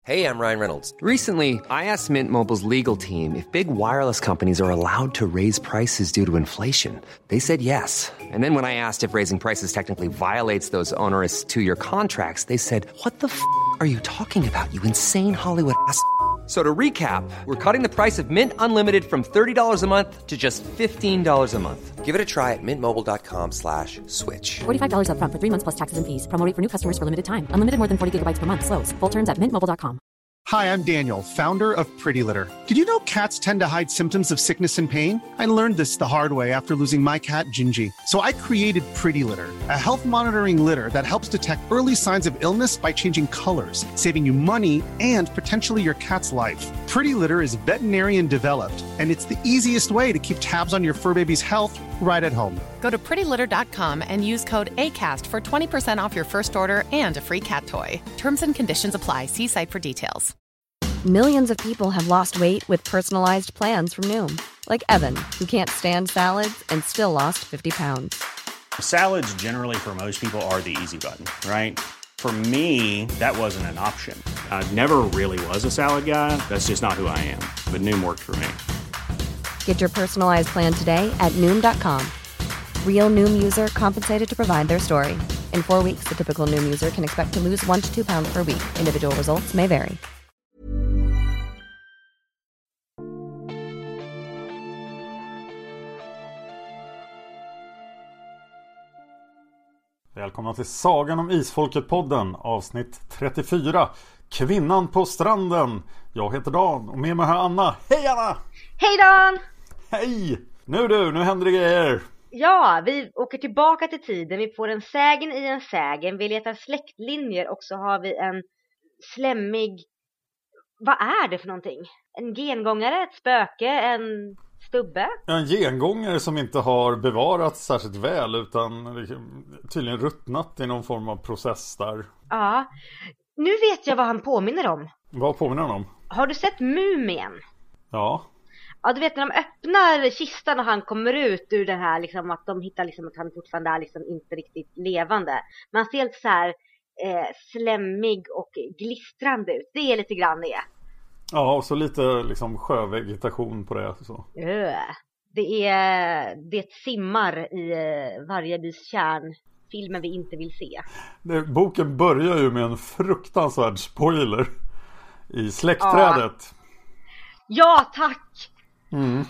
Hey, I'm Ryan Reynolds. Recently, I asked Mint Mobile's legal team if big wireless companies are allowed to raise prices due to inflation. They said yes. And then when I asked if raising prices technically violates those onerous two-year contracts, they said, "What the are you talking about, you insane Hollywood ass?" So to recap, we're cutting the price of Mint Unlimited from $30 a month to just $15 a month. Give it a try at mintmobile.com/switch. $45 up front for 3 months plus taxes and fees. Promo rate for new customers for limited time. Unlimited more than 40 gigabytes per month. Slows full terms at mintmobile.com. Hi, I'm Daniel, founder of Pretty Litter. Did you know cats tend to hide symptoms of sickness and pain? I learned this the hard way after losing my cat, Gingy. So I created Pretty Litter, a health monitoring litter that helps detect early signs of illness by changing colors, saving you money and potentially your cat's life. Pretty Litter is veterinarian developed, and it's the easiest way to keep tabs on your fur baby's health right at home. Go to prettylitter.com and use code ACAST for 20% off your first order and a free cat toy. Terms and conditions apply. See site for details. Millions of people have lost weight with personalized plans from Noom. Like Evan, who can't stand salads and still lost 50 pounds. Salads generally for most people are the easy button, right? For me, that wasn't an option. I never really was a salad guy. That's just not who I am. But Noom worked for me. Get your personalized plan today at Noom.com. Real Noom user compensated to provide their story. In 4 weeks, the typical Noom user can expect to lose 1 to 2 pounds per week. Individual results may vary. Välkomna till Sagan om Isfolket-podden, avsnitt 34. Kvinnan på stranden. Jag heter Dan och med mig har Anna. Hej Anna! Hej Dan! Hej! Nu händer det grejer. Ja, vi åker tillbaka till tiden. Vi får en sägen i en sägen. Vi letar släktlinjer och så har vi en slemmig... Vad är det för någonting? En gengångare, ett spöke, en stubbe? En gengångare som inte har bevarats särskilt väl utan tydligen ruttnat i någon form av process där. Ja, nu vet jag vad han påminner om. Vad påminner han om? Har du sett Mumien? Ja. Ja, du vet när de öppnar kistan och han kommer ut ur den här liksom, att de hittar liksom att han fortfarande är liksom inte riktigt levande. Man ser helt så här slemmig och glistrande ut. Det är lite grann det. Ja, och så lite liksom sjövegetation på det. Så. Det simmar i varje bys kärn. Filmen vi inte vill se. Boken börjar ju med en fruktansvärd spoiler i släktträdet. Ja, tack! Mm.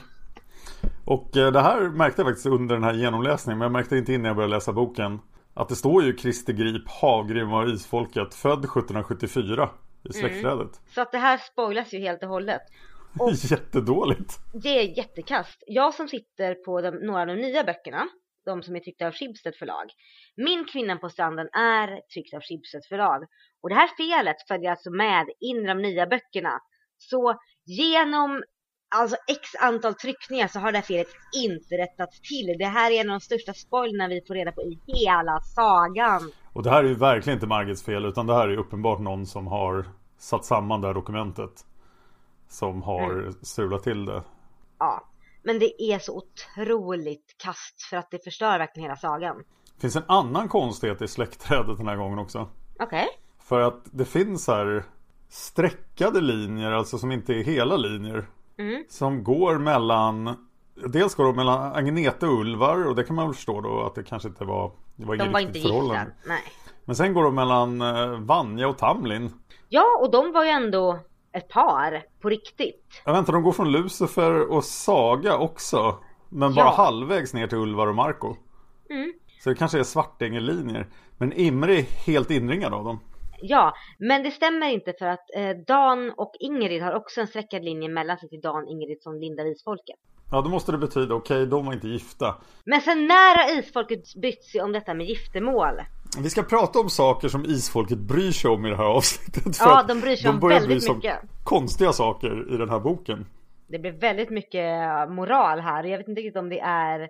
Och det här märkte jag faktiskt under den här genomläsningen, men jag märkte inte innan jag började läsa boken att det står ju Kristi Grip, Havgrim och Isfolket, född 1774 i släktträdet. Så att det här spoilas ju helt och hållet. Och jättedåligt. Det är jättekast. Jag som sitter på några av de nya böckerna, de som är tryckta av Schibsted förlag. Min Kvinnan på stranden är tryckt av Schibsted förlag. Och det här felet följer alltså med in i de nya böckerna. Så genom x antal tryckningar så har det här felet inte rättats till. Det här är en av de största spoilerna vi får reda på i hela sagan. Och det här är ju verkligen inte Margits fel, utan det här är uppenbart någon som har satt samman det här dokumentet. Som har strulat till det. Ja, men det är så otroligt kast för att det förstör verkligen hela sagan. Det finns en annan konstighet i släktträdet den här gången också. Okej. För att det finns här streckade linjer, alltså som inte är hela linjer. Som går mellan... Dels går de mellan Agnete och Ulvar, och det kan man väl förstå då att det kanske inte var... Det var de var inte gifta, nej. Men sen går de mellan Vanja och Tamlin. Ja, och de var ju ändå ett par på riktigt. Jag väntar, de går från Lucifer och Saga också. Men bara halvvägs ner till Ulvar och Marco. Så det kanske är svartängel-linjer. Men Imre är helt inringad av dem. Ja, men det stämmer inte för att Dan och Ingrid har också en sträckad linje mellan sig till Dan, Ingrid som Linda Isfolket. Ja, då måste det betyda, okej, de var inte gifta. Men sen när har Isfolket bytt sig om detta med giftermål? Vi ska prata om saker som Isfolket bryr sig om i det här avsnittet. Ja, de bryr sig om väldigt mycket. Konstiga saker i den här boken. Det blir väldigt mycket moral här. Jag vet inte riktigt om det är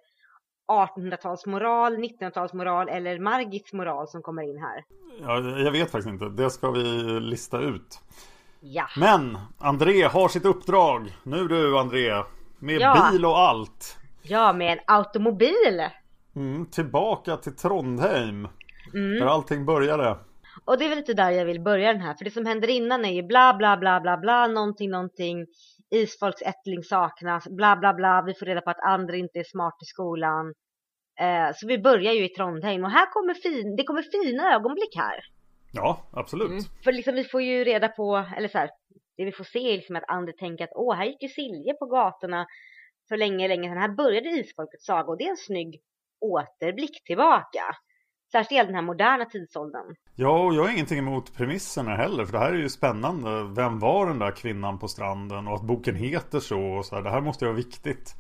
1800-talsmoral, 1900-talsmoral eller Margits moral som kommer in här. Ja, jag vet faktiskt inte. Det ska vi lista ut. Ja. Men André har sitt uppdrag. Nu du, André. Med bil och allt. Ja, med en automobil. Tillbaka till Trondheim. Där allting började. Och det är väl lite där jag vill börja den här. För det som händer innan är ju bla bla bla bla bla, någonting. Isfolksättling saknas, bla bla bla. Vi får reda på att andra inte är smart i skolan. Så vi börjar ju i Trondheim. Och här kommer det kommer fina ögonblick här. Ja, absolut. För liksom vi får ju reda på, eller så här, det vi får se är liksom att andra tänker att här gick ju Silje på gatorna för länge sedan. Här började Isfolkets saga och det är en snygg återblick tillbaka. Särskilt i den här moderna tidsåldern. Ja, och jag har ingenting emot premisserna heller. För det här är ju spännande. Vem var den där kvinnan på stranden? Och att boken heter så. Och så här, det här måste ju vara viktigt.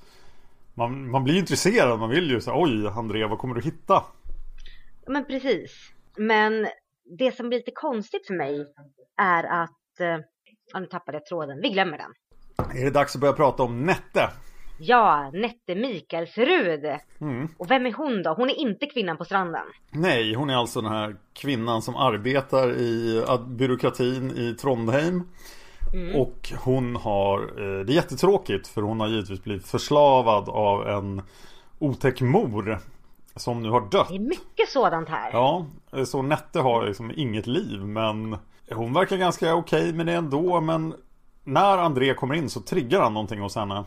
Man blir ju intresserad. Man vill ju säga, oj Andrea, vad kommer du hitta? Men precis. Men det som blir lite konstigt för mig är att... nu tappade jag tråden. Vi glömmer den. Är det dags att börja prata om Nette? Ja, Nette Mikaelsrud. Och vem är hon då? Hon är inte kvinnan på stranden. Nej, hon är alltså den här kvinnan som arbetar i byråkratin i Trondheim. Och hon har, det är jättetråkigt för hon har givetvis blivit förslavad av en otäck mor som nu har dött. Det är mycket sådant här. Ja, så Nette har liksom inget liv, men hon verkar ganska okej med det ändå. Men när André kommer in så triggar han någonting hos henne.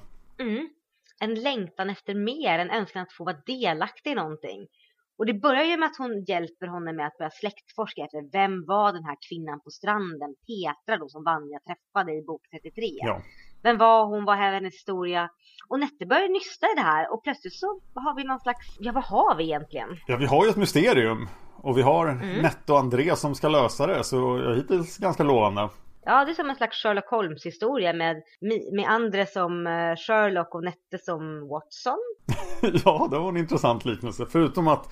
En längtan efter mer, en önskan att få vara delaktig i någonting. Och det börjar ju med att hon hjälper honom med att börja släktforska efter vem var den här kvinnan på stranden, Petra då, som Vanja träffade i bok 33. Ja. Vem var hon, vad är hennes historia? Och Nette börjar nysta i det här och plötsligt så har vi någon slags, vad har vi egentligen? Ja, vi har ju ett mysterium och vi har Nette och André som ska lösa det, så jag är hittills ganska lovande. Ja, det är som en slags Sherlock Holmes historia med André som Sherlock och Nette som Watson. Ja, det var en intressant liknelse. Förutom att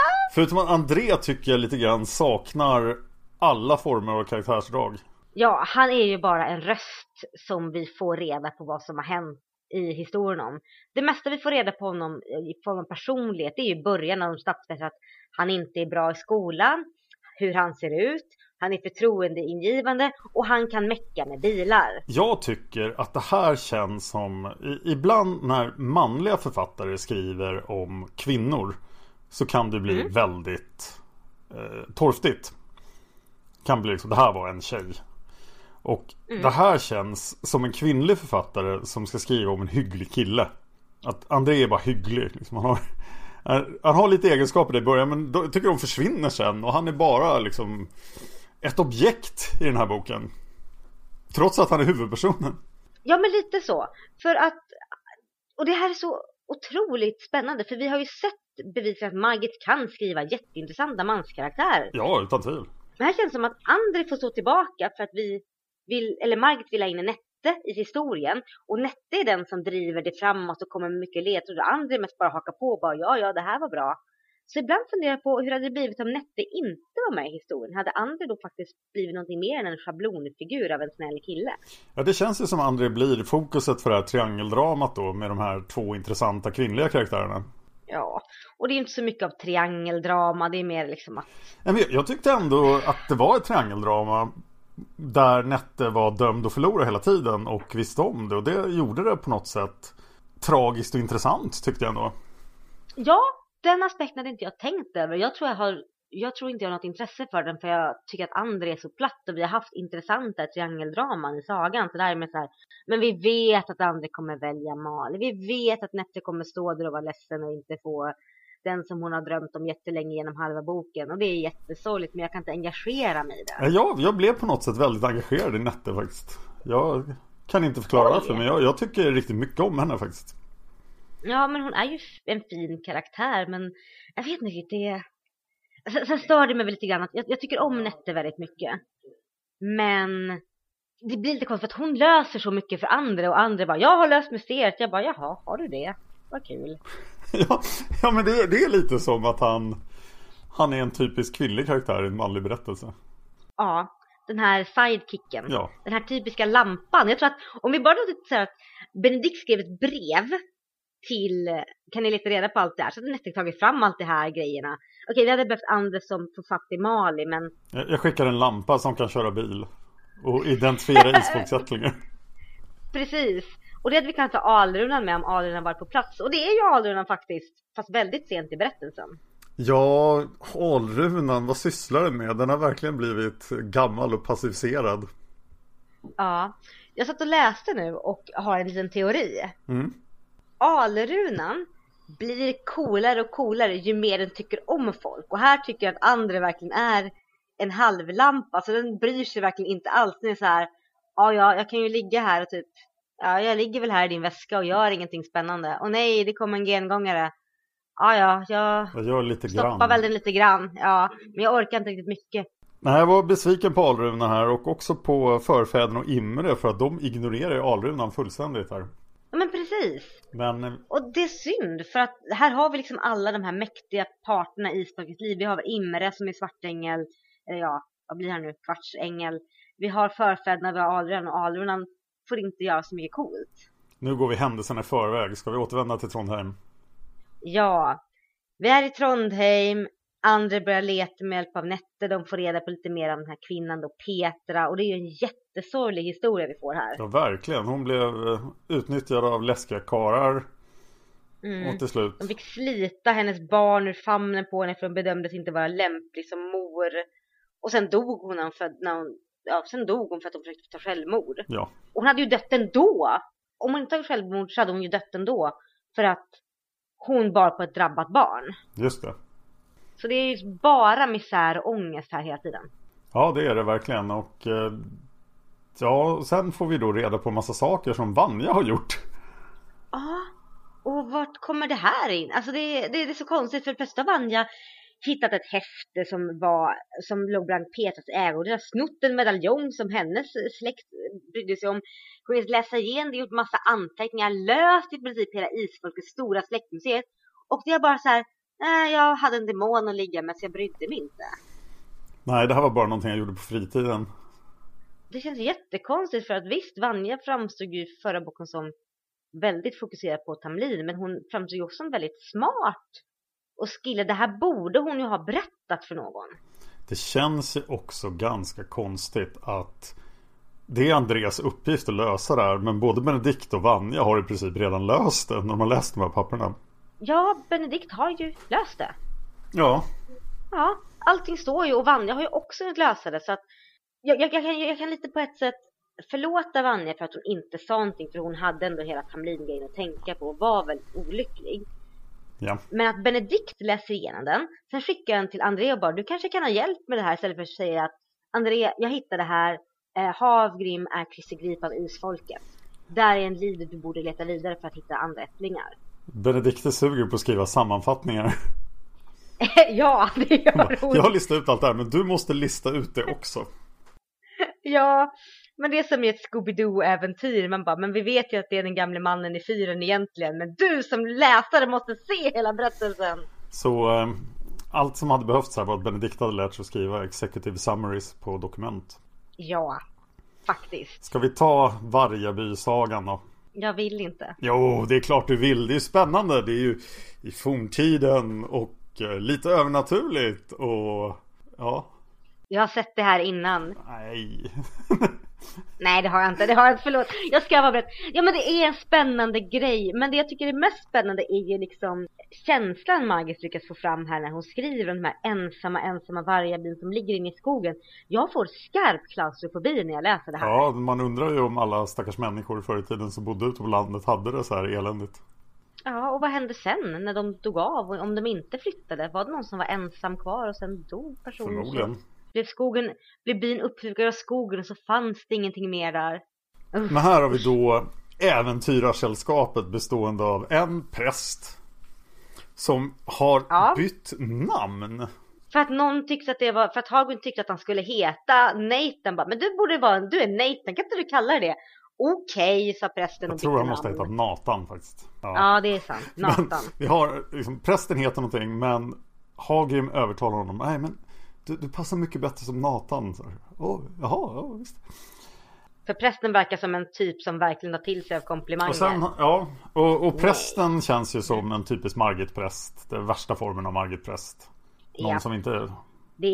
André tycker jag lite grann saknar alla former av karaktärsdrag. Ja, han är ju bara en röst som vi får reda på vad som har hänt i historien om. Det mesta vi får reda på honom i form av personlighet, det är ju början av de stadsfäster att han inte är bra i skolan, hur han ser ut, han är förtroendeingivande och han kan mecka med bilar. Jag tycker att det här känns som, ibland när manliga författare skriver om kvinnor så kan det bli väldigt torftigt. Kan bli liksom, det här var en tjej. Och det här känns som en kvinnlig författare som ska skriva om en hygglig kille. Att André är bara hygglig. Liksom. Han har lite egenskaper i början, men då tycker de försvinner sen. Och han är bara liksom ett objekt i den här boken. Trots att han är huvudpersonen. Ja, men lite så. För att, och det här är så otroligt spännande. För vi har ju sett bevisat att Margit kan skriva jätteintressanta manskaraktärer. Ja, utan tvivel. Men här känns det som att André får stå tillbaka för att Margit vill ha in en Nette i historien. Och Nette är den som driver det framåt och kommer med mycket ledtråd. Och André mest bara hakar på och bara ja, det här var bra. Så ibland funderar jag på hur hade det blivit om Nette inte var med i historien. Hade André då faktiskt blivit någonting mer än en schablonfigur av en snäll kille? Ja, det känns ju som André blir fokuset för det här triangeldramat då, med de här två intressanta kvinnliga karaktärerna. Ja, och det är inte så mycket av triangeldrama, det är mer liksom att... Jag tyckte ändå att det var ett triangeldrama där Nette var dömd att förlora hela tiden och visste om det. Och det gjorde det på något sätt tragiskt och intressant, tyckte jag ändå. Ja, den aspekten hade inte jag tänkt över. Jag tror inte jag har något intresse för den, för jag tycker att André är så platt och vi har haft intressanta triangeldraman i sagan. Så där med så här, men vi vet att André kommer välja Malin. Vi vet att Nette kommer stå där och vara ledsen och inte få den som hon har drömt om jättelänge genom halva boken. Och det är jättesorgligt, men jag kan inte engagera mig i det. Ja, jag blev på något sätt väldigt engagerad i Nette faktiskt. Jag kan inte förklara varför, men jag tycker riktigt mycket om henne faktiskt. Ja, men hon är ju en fin karaktär, men jag vet inte det. Sen stör det mig väl lite grann att jag tycker om Nette väldigt mycket. Men det blir lite konstigt att hon löser så mycket för andra och andra bara, jag har löst mysteriet. Jag bara, jaha, har du det? Vad kul. Ja, men det är lite som att han är en typisk kvinnlig karaktär i en manlig berättelse. Ja, den här sidekicken. Ja. Den här typiska lampan. Jag tror att om vi bara säger att Benedikt skrev ett brev till, kan ni leta reda på allt det här, så att Nette tagit fram allt det här grejerna. Okej, vi hade behövt andra som får fatt i Mali, men... Jag skickar en lampa som kan köra bil och identifiera isfolksättlingar. Precis. Och det hade vi kanske Alrunan med om Alrunan var på plats. Och det är ju Alrunan faktiskt, fast väldigt sent i berättelsen. Ja, alrunan, vad sysslar den med? Den har verkligen blivit gammal och passiviserad. Ja, jag satt och läste nu och har en liten teori. Alrunan blir coolare och coolare ju mer den tycker om folk. Och här tycker jag att André verkligen är en halvlampa. Så den bryr sig verkligen inte alls. Den är så här, ja, jag kan ju ligga här och typ, ja, jag ligger väl här i din väska och gör ingenting spännande. Och nej, det kommer en gengångare. Ja, jag gör lite stoppar grann. väl den lite grann. Ja, men jag orkar inte riktigt mycket. Nej, jag var besviken på alrunan här och också på förfäderna och Imre för att de ignorerar ju alrunan fullständigt här. Ja, men precis. Men Och det är synd för att här har vi liksom alla de här mäktiga parterna i Spökets liv. Vi har Imre som är svartängel, eller ja, vad blir han nu? Kvartsängel. Vi har förfäderna, vi har Alrunan och Alrunan får inte göra så mycket coolt. nu går vi händelserna i förväg. Ska vi återvända till Trondheim? Ja, vi är i Trondheim. André börjar leta med hjälp av Nette. De får reda på lite mer om den här kvinnan då, Petra. Och det är ju en jättesorglig historia vi får här. Ja, verkligen. Hon blev utnyttjad av läskiga karar. Och till slut. De fick slita hennes barn ur famnen på henne för hon bedömdes inte vara lämplig som mor. Och sen dog hon sen dog hon för att hon försökte ta självmord. Ja. Och hon hade ju dött ändå. Om hon inte tagit självmord så hade hon ju dött ändå. För att hon bar på ett drabbat barn. Just det. Så det är ju bara misär och ångest här hela tiden. Ja, det är det verkligen. Och ja, sen får vi då reda på en massa saker som Vanja har gjort. Ja, och vart kommer det här in? Alltså det är så konstigt för plötsligt har Vanja hittat ett häfte som låg bland Petras ägor. Det har snott en medaljong som hennes släkt brydde sig om. Hon har läst igenom det, gjort massa anteckningar, löst i princip hela Isfolkets stora släktmuseet. Och det är bara så här, jag hade en demon att ligga med så jag brydde mig inte. Nej, det här var bara någonting jag gjorde på fritiden. Det känns jättekonstigt för att visst, Vanja framstod ju förra boken som väldigt fokuserad på Tamlin. Men hon framstod ju också som väldigt smart och skillad. Det här borde hon ju ha berättat för någon. Det känns ju också ganska konstigt att det är Andreas uppgift att lösa det här. Men både Benedikt och Vanja har i princip redan löst det när de har läst de här papperna. Ja, Benedikt har ju löst det. Ja. Ja, allting står ju och Vanja har ju också löst det. Så att jag kan lite på ett sätt förlåta Vanja för att hon inte sa någonting. För hon hade ändå hela Tamlin-grejen att tänka på och var väldigt olycklig. Ja. Men att Benedikt läser igenom den. Sen skickar han till André och bara, du kanske kan ha hjälp med det här. Istället för att säga att André, jag hittade det här. Havgrim är Kristigrip av Isfolket. Där är en liv du borde leta vidare för att hitta andra ättlingar. Benedikt är sugen på att skriva sammanfattningar. Ja, det gör hon. Jag har listat ut allt det här, men du måste lista ut det också. Ja, men det är som i ett Scooby-Doo-äventyr. Man bara, men vi vet ju att det är den gamle mannen i fyren egentligen. Men du som läsare måste se hela berättelsen. Så allt som hade behövts här var att Benedikt hade lärt sig att skriva executive summaries på dokument. Ja, faktiskt. Ska vi ta Vargaby-sagan då? Jag vill inte. Jo, det är klart du vill. Det är spännande. Det är ju i forntiden och lite övernaturligt. Och ja. Jag har sett det här innan. Nej. Nej, det har jag inte. Förlåt. Jag ska vara beredd. Ja, men det är en spännande grej. Men det jag tycker är mest spännande är ju liksom känslan Margit lyckas få fram här när hon skriver om de här ensamma vargabyn som ligger inne i skogen. Jag får skarp klaustrofobi när jag läser det här. Ja, man undrar ju om alla stackars människor förr i tiden som bodde ute på landet hade det så här eländigt. Ja, och vad hände sen när de dog av? Om de inte flyttade? Var det någon som var ensam kvar och sen dog personen? Förmodligen. Blev byn uppslukad av skogen och så fanns det ingenting mer där. Men här har vi då äventyrarsällskapet bestående av en präst som har bytt namn. För att någon tyckte att det var, för att Hagun tyckte att han skulle heta Nathan. Bara, men du är Nathan, kan inte du kalla det? Okej, sa prästen. Jag tror han måste heta Nathan faktiskt. Ja, det är sant, Nathan. Men vi har, liksom, prästen heter någonting, men Hagrim övertalar honom. Nej, men du passar mycket bättre som Nathan. Jaha, visst. För prästen verkar som en typ som verkligen har till sig av komplimanger. Och sen, och prästen känns ju som en typisk Margit-präst. Den värsta formen av Margit-präst. Någon som inte... Det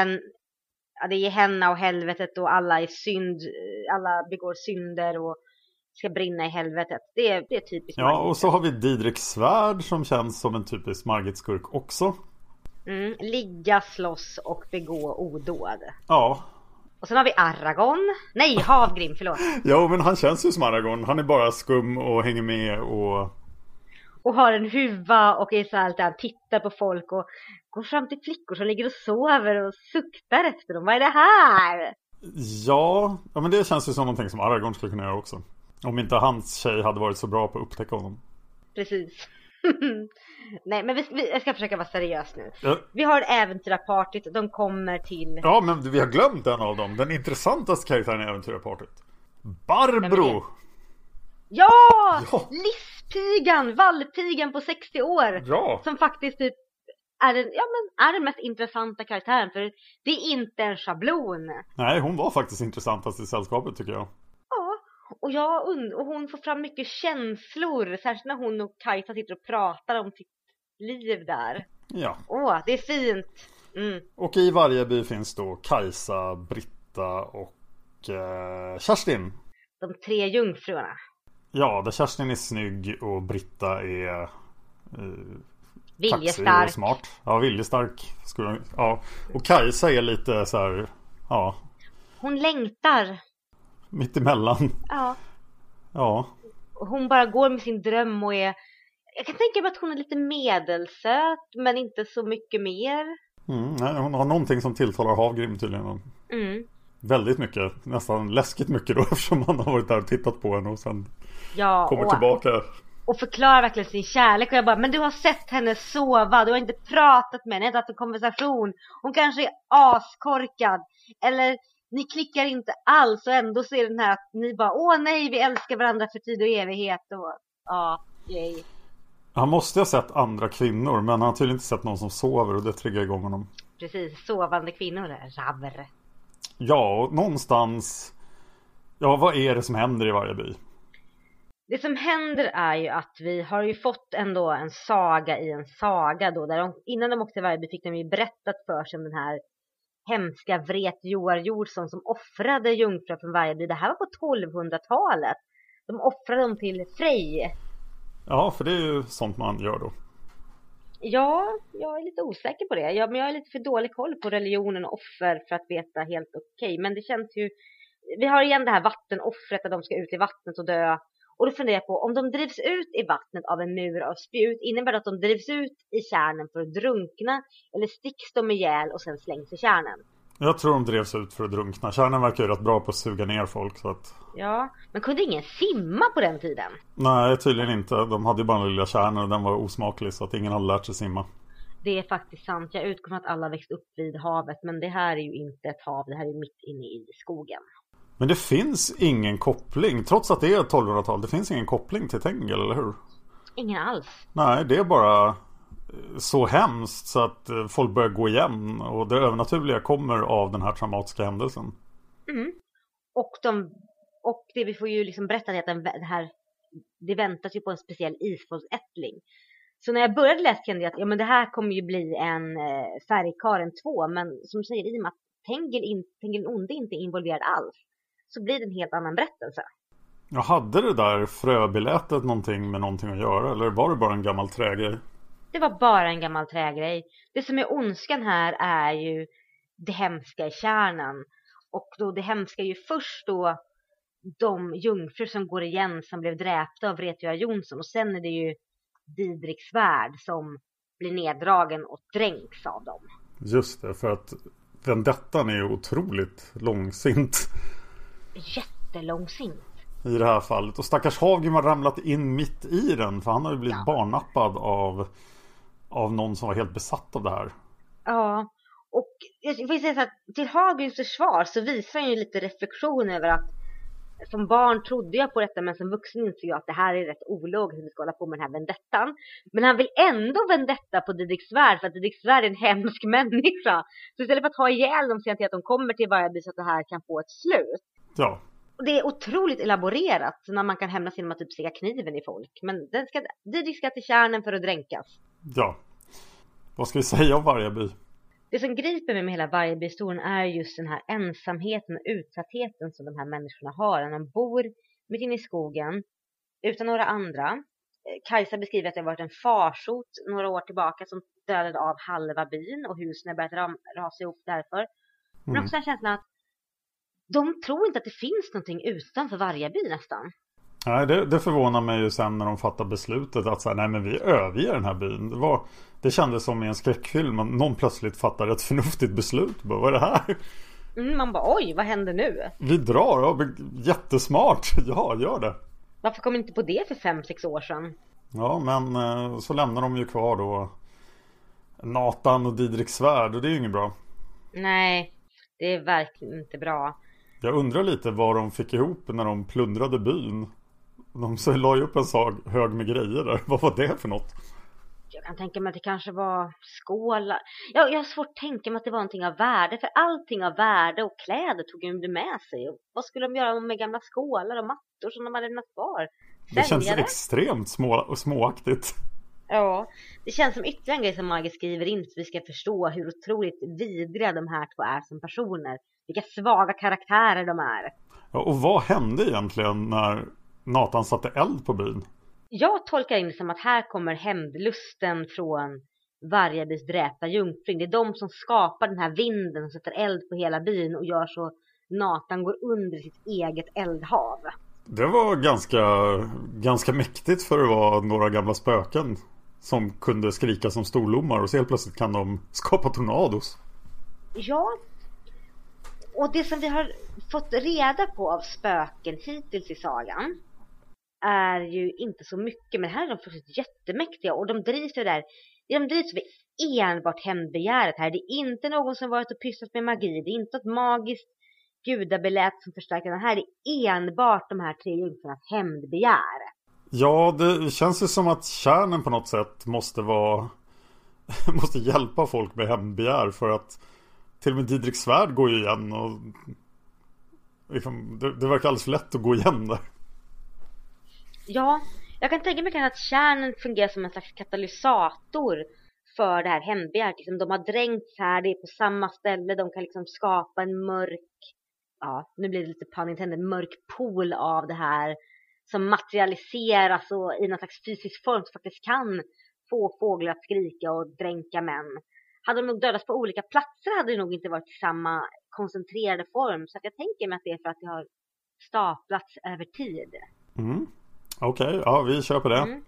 är Gehenna och helvetet och alla är synd. Alla begår synder och ska brinna i helvetet. Det är typiskt Margit. Ja, och så har vi Didrik Svärd som känns som en typisk Margit-skurk också. Ligga, slåss och begå odåd. Ja. Och sen har vi Aragorn. Nej, Havgrim, förlåt. Ja, men han känns ju som Aragorn. Han är bara skum och hänger med och har en huva och är så här, han tittar på folk och går fram till flickor som ligger och sover och suktar efter dem. Vad är det här? Ja, men det känns ju som någonting som Aragorn skulle kunna göra också. Om inte hans tjej hade varit så bra på att upptäcka honom. Precis. Nej, men jag ska försöka vara seriös nu. Ja. Vi har äventyrarpartyt. De kommer till... Ja, men vi har glömt en av dem. Den intressantaste karaktären i äventyrarpartyt. Barbro! Ja! Livspigan, vallpigan på 60 år. Ja. Som faktiskt typ är den mest intressanta karaktären. För det är inte en schablon. Nej, hon var faktiskt intressantast i sällskapet tycker jag. Ja, och hon får fram mycket känslor. Särskilt när hon och Kajsa sitter och pratar om sitt liv där. Ja. Det är fint. Och i varje by finns då Kajsa, Britta och Kerstin. De 3 jungfruarna. Ja, där Kerstin är snygg och Britta är viljestark och smart. Ja, viljestark. Ja. Och Kajsa är lite så här, ja. Hon längtar. Mitt emellan. Ja. Ja. Och hon bara går med sin dröm och är... Jag kan tänka mig att hon är lite medelsöt, men inte så mycket mer. Nej, hon har någonting som tilltalar Havgrim tydligen. Väldigt mycket, nästan läskigt mycket då, eftersom man har varit där och tittat på henne och sen kommer tillbaka. Och förklarar verkligen sin kärlek. Och jag bara, men du har sett henne sova, du har inte pratat med henne, inte haft en konversation. Hon kanske är askorkad. Eller ni klickar inte alls och ändå ser den här att ni bara, nej, vi älskar varandra för tid och evighet. Och yay. Han måste ha sett andra kvinnor, men han har tydligen inte sett någon som sover och det triggar igång honom. Precis, sovande kvinnor, ravr. Ja, och någonstans... Ja, vad är det som händer i varje by? Det som händer är ju att vi har ju fått ändå en saga i en saga då. Där innan de åkte till varje by fick de ju berättat för sig om den här hemska Vret Joar Jordsson som offrade jungfrur från varje by. Det här var på 1200-talet. De offrade dem till Frej. Ja, för det är ju sånt man gör då. Ja, jag är lite osäker på det. Men jag är lite för dålig koll på religionen och offer för att veta helt okej. Men det känns ju... Vi har igen det här vattenoffret där de ska ut i vattnet och dö. Och då funderar jag på, om de drivs ut i vattnet av en mur av spjut, innebär det att de drivs ut i kärnen för att drunkna? Eller sticks de ihjäl och sen slängs i kärnen? Jag tror de drevs ut för att drunkna. Kärnen verkar ju rätt bra på att suga ner folk. Så att... Ja, men kunde ingen simma på den tiden? Nej, tydligen inte. De hade ju bara en lilla kärna och den var osmaklig så att ingen hade lärt sig simma. Det är faktiskt sant. Jag utgår från att alla växt upp vid havet. Men det här är ju inte ett hav. Det här är mitt inne i skogen. Men det finns ingen koppling. Trots att det är 1200-tal. Det finns ingen koppling till Tengel, eller hur? Ingen alls. Nej, det är bara så hemskt så att folk börjar gå igen. Och det övernaturliga kommer av den här traumatiska händelsen. Och det vi får ju liksom berätta är att det väntas ju på en speciell isfolksättling. Så när jag började läsa kände jag att det här kommer ju bli en Färgkaren 2. Men som säger, i och med att Tengel onde inte är involverad alls, så blir det en helt annan berättelse. Jag hade det där fröbilätet någonting med någonting att göra? Eller var det bara en gammal trägrej? Det var bara en gammal trägrej. Det som är ondskan här är ju det hemska i kärnan. Och då det hemska är ju först då de jungfrur som går igen som blev dräpta av Vret Joar Jonsson. Och sen är det ju Didrik Svärd som blir neddragen och dränks av dem. Just det, för att vendettan är ju otroligt långsint. Jättelångsint. I det här fallet. Och stackars Havgrim har ramlat in mitt i den. För han har ju blivit barnappad av någon som var helt besatt av det här. Ja, och jag får säga så att till Havgrims försvar så visar han ju lite reflektion över att som barn trodde jag på detta, men som vuxen insåg jag att det här är rätt ologiskt att vi ska hålla på med den här vendettan. Men han vill ändå vendetta på Didrik Svärd för att Didrik Svärd är en hemsk människa. Så istället för att ha ihjäl dem, ser han till att de kommer till varje så att det här kan få ett slut. Ja. Och det är otroligt elaborerat när man kan hämnas genom att typ stiga kniven i folk. Men Didrik ska till kärnen för att dränkas. Ja. Vad ska vi säga om Vargaby? Det som griper mig med hela Vargaby-historien är just den här ensamheten och utsattheten som de här människorna har. När de bor mitt inne i skogen utan några andra. Kajsa beskriver att det har varit en farsot några år tillbaka som dödade av halva byn och husen har börjat rasa ihop därför. Men också en känsla att de tror inte att det finns någonting utanför varje by nästan. Nej, det förvånar mig ju sen när de fattar beslutet att säga, nej men vi överger den här byn. Det kändes som i en skräckfilm att någon plötsligt fattar ett förnuftigt beslut. Vad är det här? Man bara, oj, vad händer nu? Vi drar, ja, jättesmart. Ja, gör det. Varför kom inte på det för 5-6 år sedan? Ja, men så lämnar de ju kvar då Nathan och Didrik svärd och det är ju inget bra. Nej, det är verkligen inte bra. Jag undrar lite vad de fick ihop när de plundrade byn. De så la ju upp en hög med grejer där. Vad var det för något? Jag kan tänka mig att det kanske var skålar. Jag har svårt att tänka mig att det var någonting av värde. För allting av värde och kläder tog de med sig. Och vad skulle de göra med gamla skålar och mattor som de hade lämnat kvar? Det känns extremt småaktigt. Ja, det känns som ytterligare en grej som Maggie skriver in. Så vi ska förstå hur otroligt vidriga de här två är som personer. Vilka svaga karaktärer de är. Ja, och vad hände egentligen när Nathan satte eld på byn? Jag tolkar in det som att här kommer hämndlusten från Vargabys dräpta jungfring. Det är de som skapar den här vinden och sätter eld på hela byn och gör så Nathan går under sitt eget eldhav. Det var ganska mäktigt för att vara några gamla spöken som kunde skrika som storlommar och så helt plötsligt kan de skapa tornados. Ja, och det som vi har fått reda på av spöken hittills i sagan är ju inte så mycket, men här är de faktiskt jättemäktiga och de drivs ju där. De drivs vid enbart hämndbegäret här. Det är inte någon som varit och pysslat med magi. Det är inte ett magiskt gudabelät som förstärker den här. Det är enbart de här 3 jungfrurnas hämndbegär. Ja, det känns ju som att kärnen på något sätt måste hjälpa folk med hämndbegär för att till och med Didrik svärd går ju igen och liksom, det verkar alldeles för lätt att gå igen där. Ja, jag kan tänka mig att kärnen fungerar som en slags katalysator för det här hämndbegäret. Liksom, de har dränkts här, det är på samma ställe. De kan liksom skapa en mörk, ja, nu blir det lite pun intended, mörk pool av det här som materialiseras och i någon slags fysisk form som faktiskt kan få fåglar att skrika och dränka män. Hade de nog dödats på olika platser hade det nog inte varit i samma koncentrerade form. Så att jag tänker mig att det är för att det har staplats över tid. Okej, ja, vi kör på det.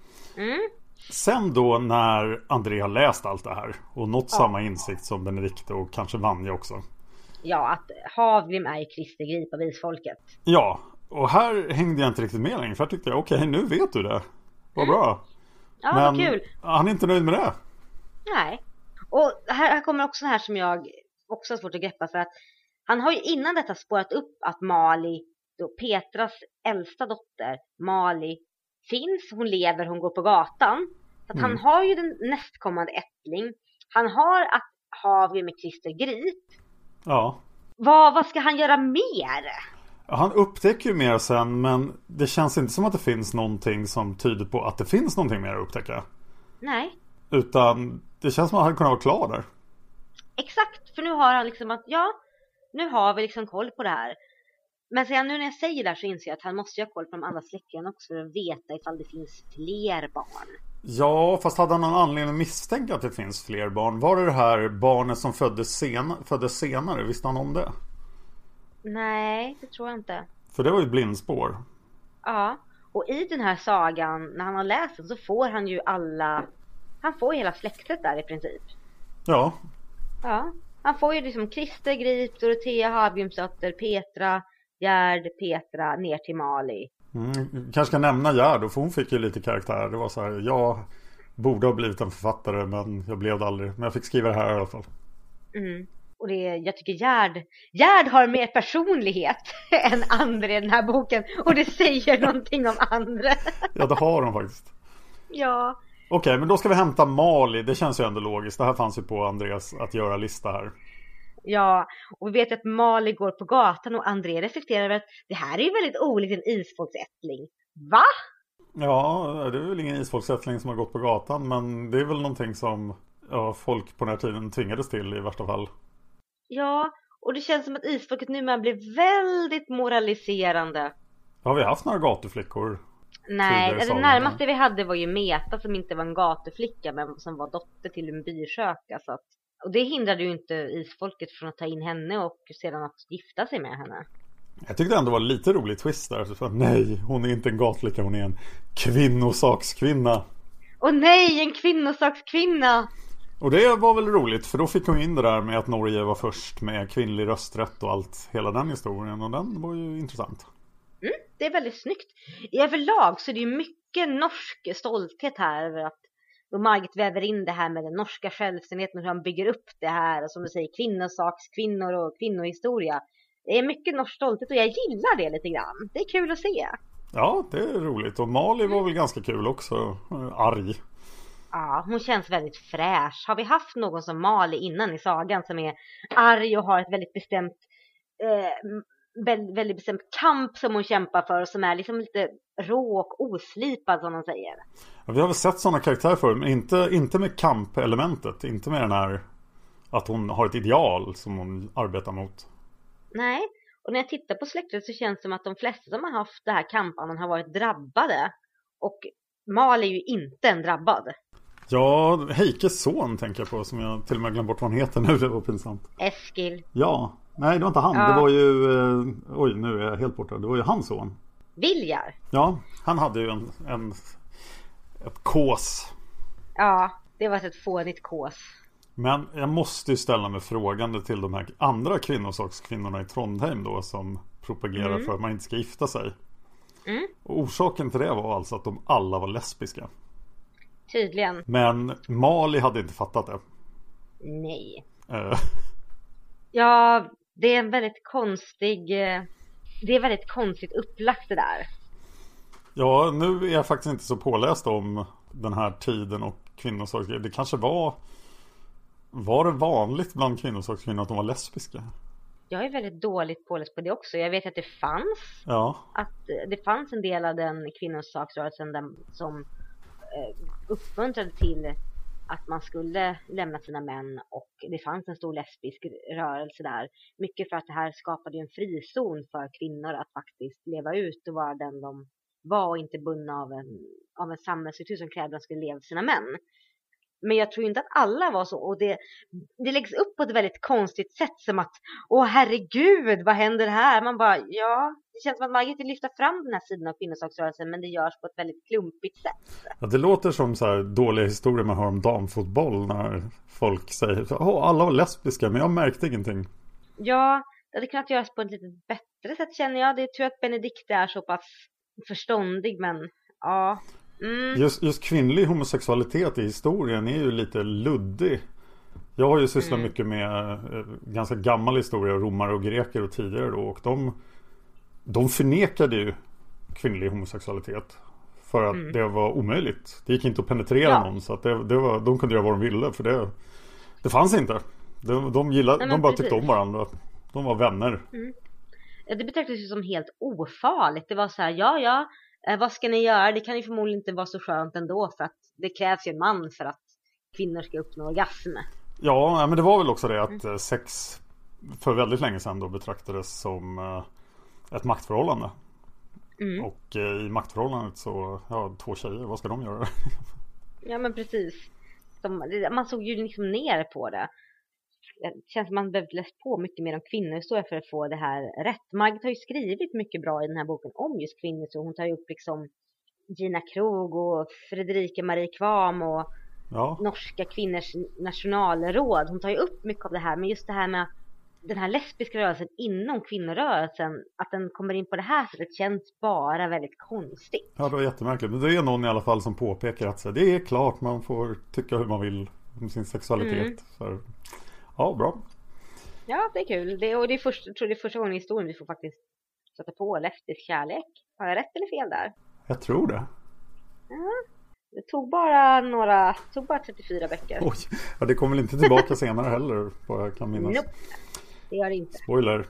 Sen då när André har läst allt det här och nått samma insikt som Benedikte och kanske Vanja också. Ja, att Havgrim är ju Krister Grip av isfolket. Ja, och här hängde jag inte riktigt med längre för jag tyckte, okej, nu vet du det. Vad bra. Ja, men vad kul. Han är inte nöjd med det. Nej. Och här kommer också det här som jag också har svårt att greppa för att han har ju innan detta spårat upp att Mali, då Petras äldsta dotter, Mali, finns, hon lever, hon går på gatan. Så att han har ju den nästkommande ättling. Han har att Havgrim med Krister Grip. Ja. Vad ska han göra mer? Han upptäcker ju mer sen, men det känns inte som att det finns någonting som tyder på att det finns någonting mer att upptäcka. Nej. Utan det känns som att han kunde vara klar där. Exakt, för nu har han liksom att nu har vi liksom koll på det här. Men sen nu när jag säger det här så inser jag att han måste ju ha koll på de andra släktingarna också för att veta ifall det finns fler barn. Ja, fast hade han någon anledning att misstänka att det finns fler barn? Var det här barnet som föddes senare? Visste han om det? Nej, det tror jag inte. För det var ju ett blindspår. Ja, och i den här sagan, när han har läst den så får han ju han får hela släktet där i princip. Ja. Ja, han får ju liksom Krister Grip, Dorotea, Havgrimsdotter, Petra, Gerd, Petra, ner till Mali. Kanske ska nämna Gerd, för hon fick ju lite karaktär. Det var så här, jag borde ha blivit en författare men jag blev det aldrig. Men jag fick skriva det här i alla fall. Och jag tycker Gerd har mer personlighet än andra i den här boken. Och det säger någonting om andra. Ja, det har hon faktiskt. Ja. Okej, men då ska vi hämta Mali. Det känns ju ändå logiskt. Det här fanns ju på Andreas att göra lista här. Ja, och vi vet att Mali går på gatan och André reflekterar över att det här är ju väldigt olikt en isfolksättling. Va? Ja, det är väl ingen isfolksättling som har gått på gatan, men det är väl någonting som folk på den här tiden tvingades till i värsta fall. Ja, och det känns som att isfolket numera blir väldigt moraliserande. Har vi haft några gatuflickor Nej, det närmaste vi hade var ju Meta som inte var en gatuflicka men som var dotter till en bysköka. Så att, och det hindrade ju inte isfolket från att ta in henne och sedan att gifta sig med henne. Jag tyckte ändå det var lite roligt twist där. Så nej, hon är inte en gatuflicka, hon är en kvinnosakskvinna. Åh nej, en kvinnosakskvinna! Och det var väl roligt, för då fick hon in det där med att Norge var först med kvinnlig rösträtt och allt, hela den historien. Och den var ju intressant. Det är väldigt snyggt. I överlag så är det ju mycket norsk stolthet här över att då Margit väver in det här med den norska självständigheten och hur han bygger upp det här, och som du säger, kvinnosakskvinnor och kvinnohistoria. Det är mycket norsk stolthet och jag gillar det lite grann. Det är kul att se. Ja, det är roligt. Och Mali var väl ganska kul också. Arg. Ja, hon känns väldigt fräsch. Har vi haft någon som Mali innan i sagan som är arg och har ett väldigt bestämt väldigt bestämt kamp som hon kämpar för och som är liksom lite rå och oslipad som de säger. Ja, vi har väl sett sådana karaktärer förr, men inte med kampelementet. Inte med den här att hon har ett ideal som hon arbetar mot. Nej, och när jag tittar på släktet så känns det som att de flesta som har haft det här kampanjen har varit drabbade. Och Mal är ju inte en drabbad. Ja, Heikes son tänker jag på, som jag till och med glömt bort vad han heter nu, det var pinsamt. Eskil. Ja, nej det var inte han, ja. Det var ju, oj nu är jag helt borta, det var ju hans son. Viljar. Ja, han hade ju ett kås. Ja, det var ett fånigt kås. Men jag måste ju ställa mig frågande till de här andra kvinnosakskvinnorna i Trondheim då, som propagerar för att man inte ska gifta sig. Och orsaken till det var alltså att de alla var lesbiska. Tydligen. Men Mali hade inte fattat det. Nej. Ja, det är en väldigt väldigt konstigt upplagt det där. Ja, nu är jag faktiskt inte så påläst om den här tiden och kvinnosakskvinnor. Det kanske var det vanligt bland kvinnosakskvinnor att de var lesbiska? Jag är väldigt dåligt påläst på det också. Jag vet att det fanns. Ja. Att det fanns en del av den kvinnosaksrörelsen som uppmuntrade till att man skulle lämna sina män, och det fanns en stor lesbisk rörelse där. Mycket för att det här skapade en frizon för kvinnor att faktiskt leva ut och vara den de var och inte bundna av en samhällsstruktur som krävde att de skulle leva för sina män. Men jag tror inte att alla var så, och det läggs upp på ett väldigt konstigt sätt, som att åh herregud, vad händer här? Man bara, ja, det känns som att Margit vill lyfta fram den här sidan av kvinnosaksrörelsen, men det görs på ett väldigt klumpigt sätt. Ja, det låter som så här dåliga historier man hör om damfotboll när folk säger alla var lesbiska, men jag märkte ingenting. Ja, det hade kunnat göras på ett lite bättre sätt, känner jag. Det tror jag att Benedikte är så pass förståndig, men ja. Just kvinnlig homosexualitet i historien är ju lite luddig. Jag har ju sysslat mycket med ganska gammal historia, romare och greker och tidigare då, och de förnekade ju kvinnlig homosexualitet för att det var omöjligt. Det gick inte att penetrera någon, så att de kunde göra vad de ville, för det fanns inte. De bara tyckte om varandra. De var vänner. Ja, det betraktades ju som helt ofarligt. Det var så här, vad ska ni göra? Det kan ju förmodligen inte vara så skönt ändå, för att det krävs ju en man för att kvinnor ska uppnå orgasm. Ja, men det var väl också det att sex för väldigt länge sedan då betraktades som ett maktförhållande. Och i maktförhållandet så, två tjejer, vad ska de göra? Ja, men precis. Man såg ju liksom ner på det. Det känns som man behövde läsa på mycket mer om kvinnohistoria för att få det här rätt. Margit har ju skrivit mycket bra i den här boken om just kvinnohistoria. Hon tar ju upp liksom Gina Krog och Fredrika Marie Kvam och norska kvinnors nationalråd. Hon tar ju upp mycket av det här, men just det här med den här lesbiska rörelsen inom kvinnorörelsen, att den kommer in på det här sättet, känns bara väldigt konstigt. Ja, det var jättemärkligt. Men det är någon i alla fall som påpekar att det är klart man får tycka hur man vill om sin sexualitet. Så, ja, bra. Ja, det är kul. Jag tror det är första gången i historien vi får faktiskt sätta på lesbisk kärlek. Har jag rätt eller fel där? Jag tror det. Ja. Det tog bara 34 böcker. Oj, ja, det kommer väl inte tillbaka senare heller, vad jag kan minnas. Nope, det gör det inte. Spoiler.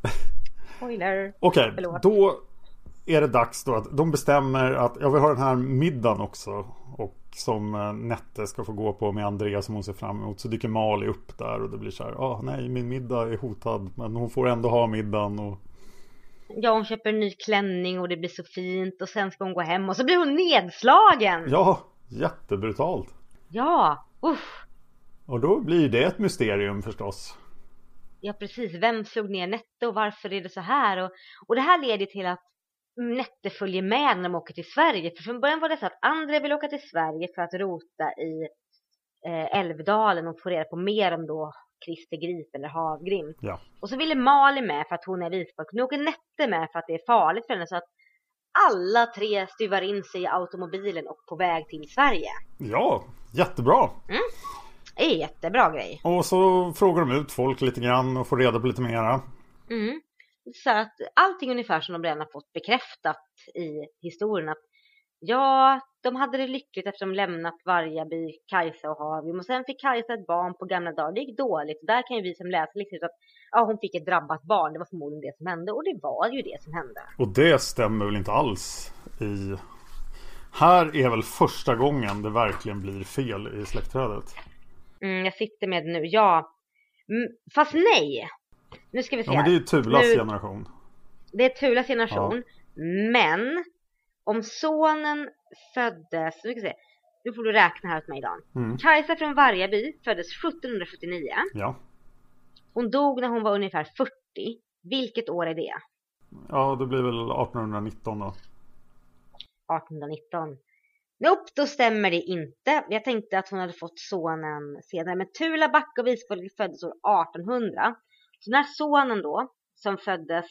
Okej, då är det dags då att de bestämmer att jag vill ha den här middagen också, och som Nette ska få gå på med Andrea som hon ser fram emot. Så dyker Mali upp där och det blir så här, nej, min middag är hotad, men hon får ändå ha middagen. Och Ja, hon köper en ny klänning och det blir så fint. Och sen ska hon gå hem och så blir hon nedslagen. Ja, jättebrutalt. Ja, uff. Och då blir det ett mysterium förstås. Ja, precis. Vem slog ner Nette och varför är det så här? Och det här leder till att Nette följer med när de åker till Sverige. För från början var det så att André vill åka till Sverige för att rota i Älvdalen och få reda på mer om då Christer Grip eller Havgrim. Ja. Och så ville Malin med för att hon är visbar. Nu åker Nette med för att det är farligt för henne. Så att alla tre styvar in sig i automobilen och på väg till Sverige. Ja, jättebra. Det är jättebra grej. Och så frågar de ut folk lite grann och får reda på lite mera. Så att allting ungefär som de redan har fått bekräftat i historien. Att ja, de hade det lyckligt efter de lämnat Vargaby, Kajsa och Havgrim. Och sen fick Kajsa ett barn på gamla dagar. Det gick dåligt. Där kan ju vi som läser liksom att ja, hon fick ett drabbat barn. Det var förmodligen det som hände. Och det var ju det som hände. Och det stämmer väl inte alls i... Här är väl första gången det verkligen blir fel i släktträdet. Jag sitter med nu, ja. Fast nej. Nu ska vi se. Ja, men det är ju Tulas generation. Det är Tulas generation. Ja. Men om sonen föddes... Nu får du räkna här åt mig idag. Kajsa från Vargaby föddes 1779. Ja. Hon dog när hon var ungefär 40. Vilket år är det? Ja, det blir väl 1819 då. 1819. Nope, då stämmer det inte. Jag tänkte att hon hade fått sonen senare. Men Tula, Backa och Visborg föddes år 1800. Så när sonen då, som föddes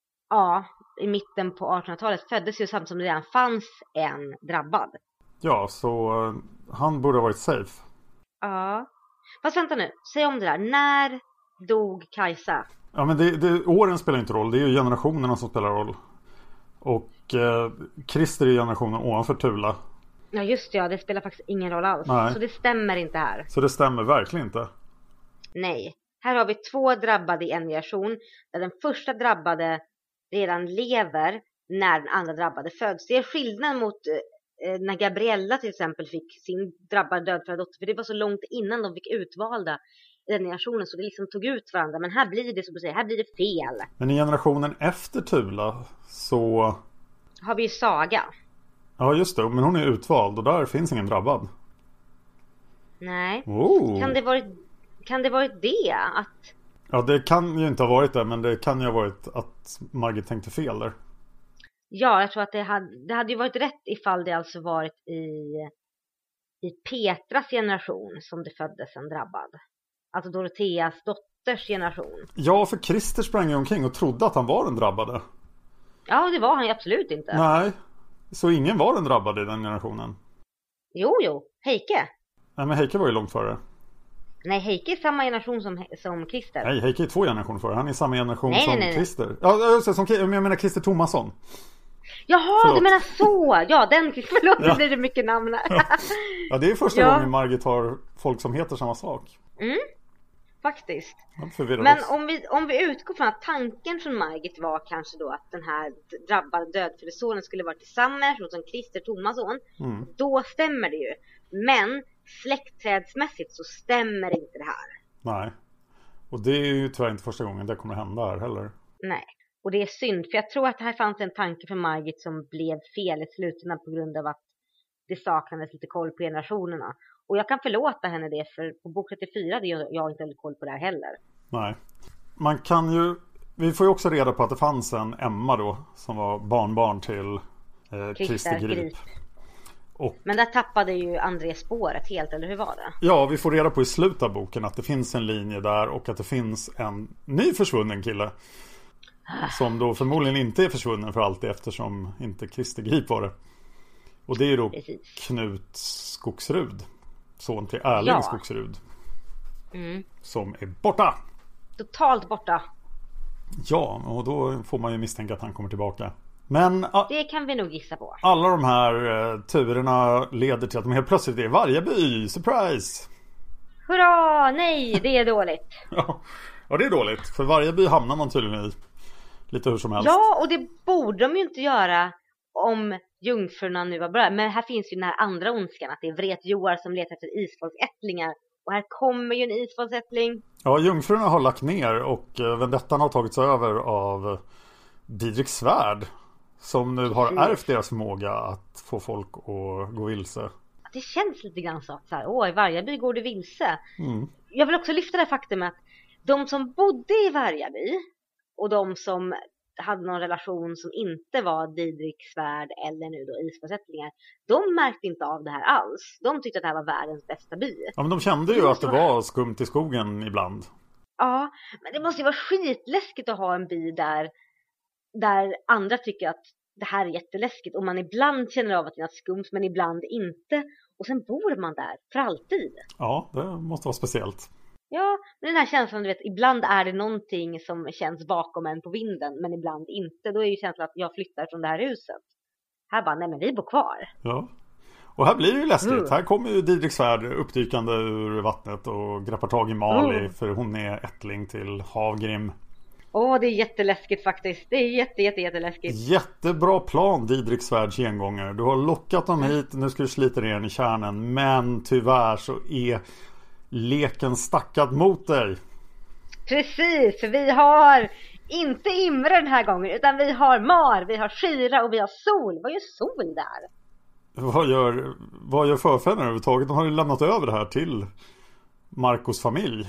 i mitten på 1800-talet, föddes ju samtidigt som det redan fanns en drabbad. Ja, så han borde ha varit safe. Ja. Fast vänta nu, säg om det där. När dog Kajsa? Ja, men åren spelar inte roll. Det är ju generationerna som spelar roll. Och Christer är generationen ovanför Tula. Ja, just det. Ja, det spelar faktiskt ingen roll alls. Nej. Så det stämmer inte här. Så det stämmer verkligen inte. Nej. Här har vi 2 drabbade i en generation. Där den första drabbade redan lever när den andra drabbade föds. Det är skillnad mot när Gabriella till exempel fick sin drabbade dödfödda dotter. För det var så långt innan de fick utvalda i den generationen. Så det liksom tog ut varandra. Men här blir det så att säga, här blir det fel. Men i generationen efter Tula så... har vi ju Saga. Ja, just det. Men hon är utvald och där finns ingen drabbad. Nej. Oh. Kan det varit det? Att... Ja, det kan ju inte ha varit det. Men det kan ju ha varit att Margit tänkte fel där. Ja, jag tror att det hade ju varit rätt ifall det alltså varit i Petras generation som det föddes en drabbad. Alltså Doroteas dotters generation. Ja, för Christer sprang ju omkring och trodde att han var den drabbade. Ja, det var han ju absolut inte. Nej, så ingen var den drabbade i den generationen. Jo, Heike. Nej, men Heike var ju långt före. Nej, Heike är samma generation som Christer. Nej, Heike är 2 generationer före. Han är samma generation nej. Christer. Ja, jag menar Christer Thomasson. Jaha, förlåt. Du menar så. Ja, den Christer. Förlåt, det blir det mycket namn. Ja, det är första gången Margit har folk som heter samma sak. Faktiskt. Men oss. om vi utgår från att tanken från Margit var kanske då att den här drabbade dödfödde sonen skulle vara tillsammans som Christer Thomasson. Då stämmer det ju. Men släktträdsmässigt så stämmer inte det här. Nej. Och det är ju tyvärr inte första gången det kommer hända här heller. Nej. Och det är synd, för jag tror att det här fanns en tanke för Margit som blev fel i slutändan på grund av att det saknades lite koll på generationerna. Och jag kan förlåta henne det, för på bok 34 hade jag inte heller koll på det här heller. Nej. Man kan ju... Vi får ju också reda på att det fanns en Emma då, som var barnbarn till Christer Grip. Men där tappade ju André spåret helt, eller hur var det? Ja, vi får reda på i slutet av boken att det finns en linje där och att det finns en ny försvunnen kille. Som då förmodligen inte är försvunnen för alltid eftersom inte Christer Grip var det. Och det är då Knut Skogsrud, son till Erling Skogsrud. Som är borta. Totalt borta. Ja, och då får man ju misstänka att han kommer tillbaka. Men det kan vi nog gissa på. Alla de här turerna leder till att de helt plötsligt är Vargaby. Surprise! Hurra! Nej, det är dåligt. Ja, det är dåligt. För Vargaby hamnar man tydligen i lite hur som helst. Ja, och det borde de ju inte göra om jungfrurna nu var bra. Men här finns ju den här andra ondskan, att det är vretjoar som letar efter isfolksättlingar. Och här kommer ju en isfolksättling. Ja, jungfrurna har lagt ner och vendettan har tagits över av Didrik Svärd som nu har ärvt deras förmåga att få folk att gå vilse. Det känns lite grann så att i Vargaby går det vilse. Jag vill också lyfta det faktum att de som bodde i Vargaby och de som hade någon relation som inte var Didrik Svärd eller nu då isforsättlingar, de märkte inte av det här alls. De tyckte att det här var världens bästa by. Ja, men de kände ju att det var skumt i skogen ibland. Ja, men det måste ju vara skitläskigt att ha en by där andra tycker att det här är jätteläskigt och man ibland känner av att det är något skumt men ibland inte. Och sen bor man där för alltid. Ja, det måste vara speciellt. Ja, men den här känslan, du vet, ibland är det någonting som känns bakom en på vinden, men ibland inte. Då är ju känslan att jag flyttar från det här huset. Här bara, nej men vi bor kvar. Ja, och här blir det ju läskigt. Här kommer ju Didrik Svärd uppdykande ur vattnet och greppar tag i Mali, för hon är ättling till Havgrim. Det är jätteläskigt faktiskt. Det är jätteläskigt. Jättebra plan, Didrik Svärds gengångare. Du har lockat dem hit, nu ska du slita ner den i kärnen. Men tyvärr så är leken stackad mot dig. Precis, för vi har inte Imre den här gången, utan vi har Mar, vi har Shira och vi har Sol. Vad gör Sol där? Vad gör förfäderna överhuvudtaget? De har ju lämnat över det här till Marcos familj.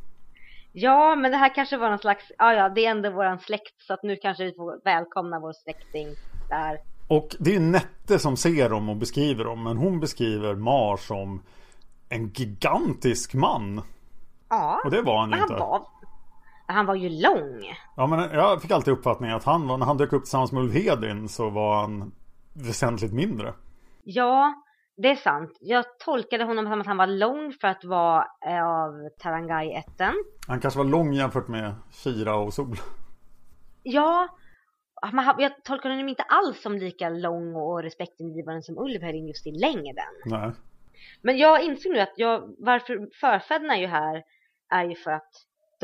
Ja, men det här kanske var någon slags... Ja, det är ändå våran släkt, så att nu kanske vi får välkomna vår släkting där. Och det är Nette som ser dem och beskriver dem, men hon beskriver Mar som en gigantisk man. Ja. Och det var han ju inte. Han var ju lång. Ja, men jag fick alltid uppfattningen att när han dök upp tillsammans med Ulf Hedin så var han väsentligt mindre. Ja, det är sant. Jag tolkade honom som att han var lång för att vara av Tarangai-ätten. Han kanske var lång jämfört med Shira och Sol. Ja, jag tolkade honom inte alls som lika lång och respektingivande som Ulf Hedin just i längden. Nej. Men jag insåg nu att varför förfäderna är ju här är ju för att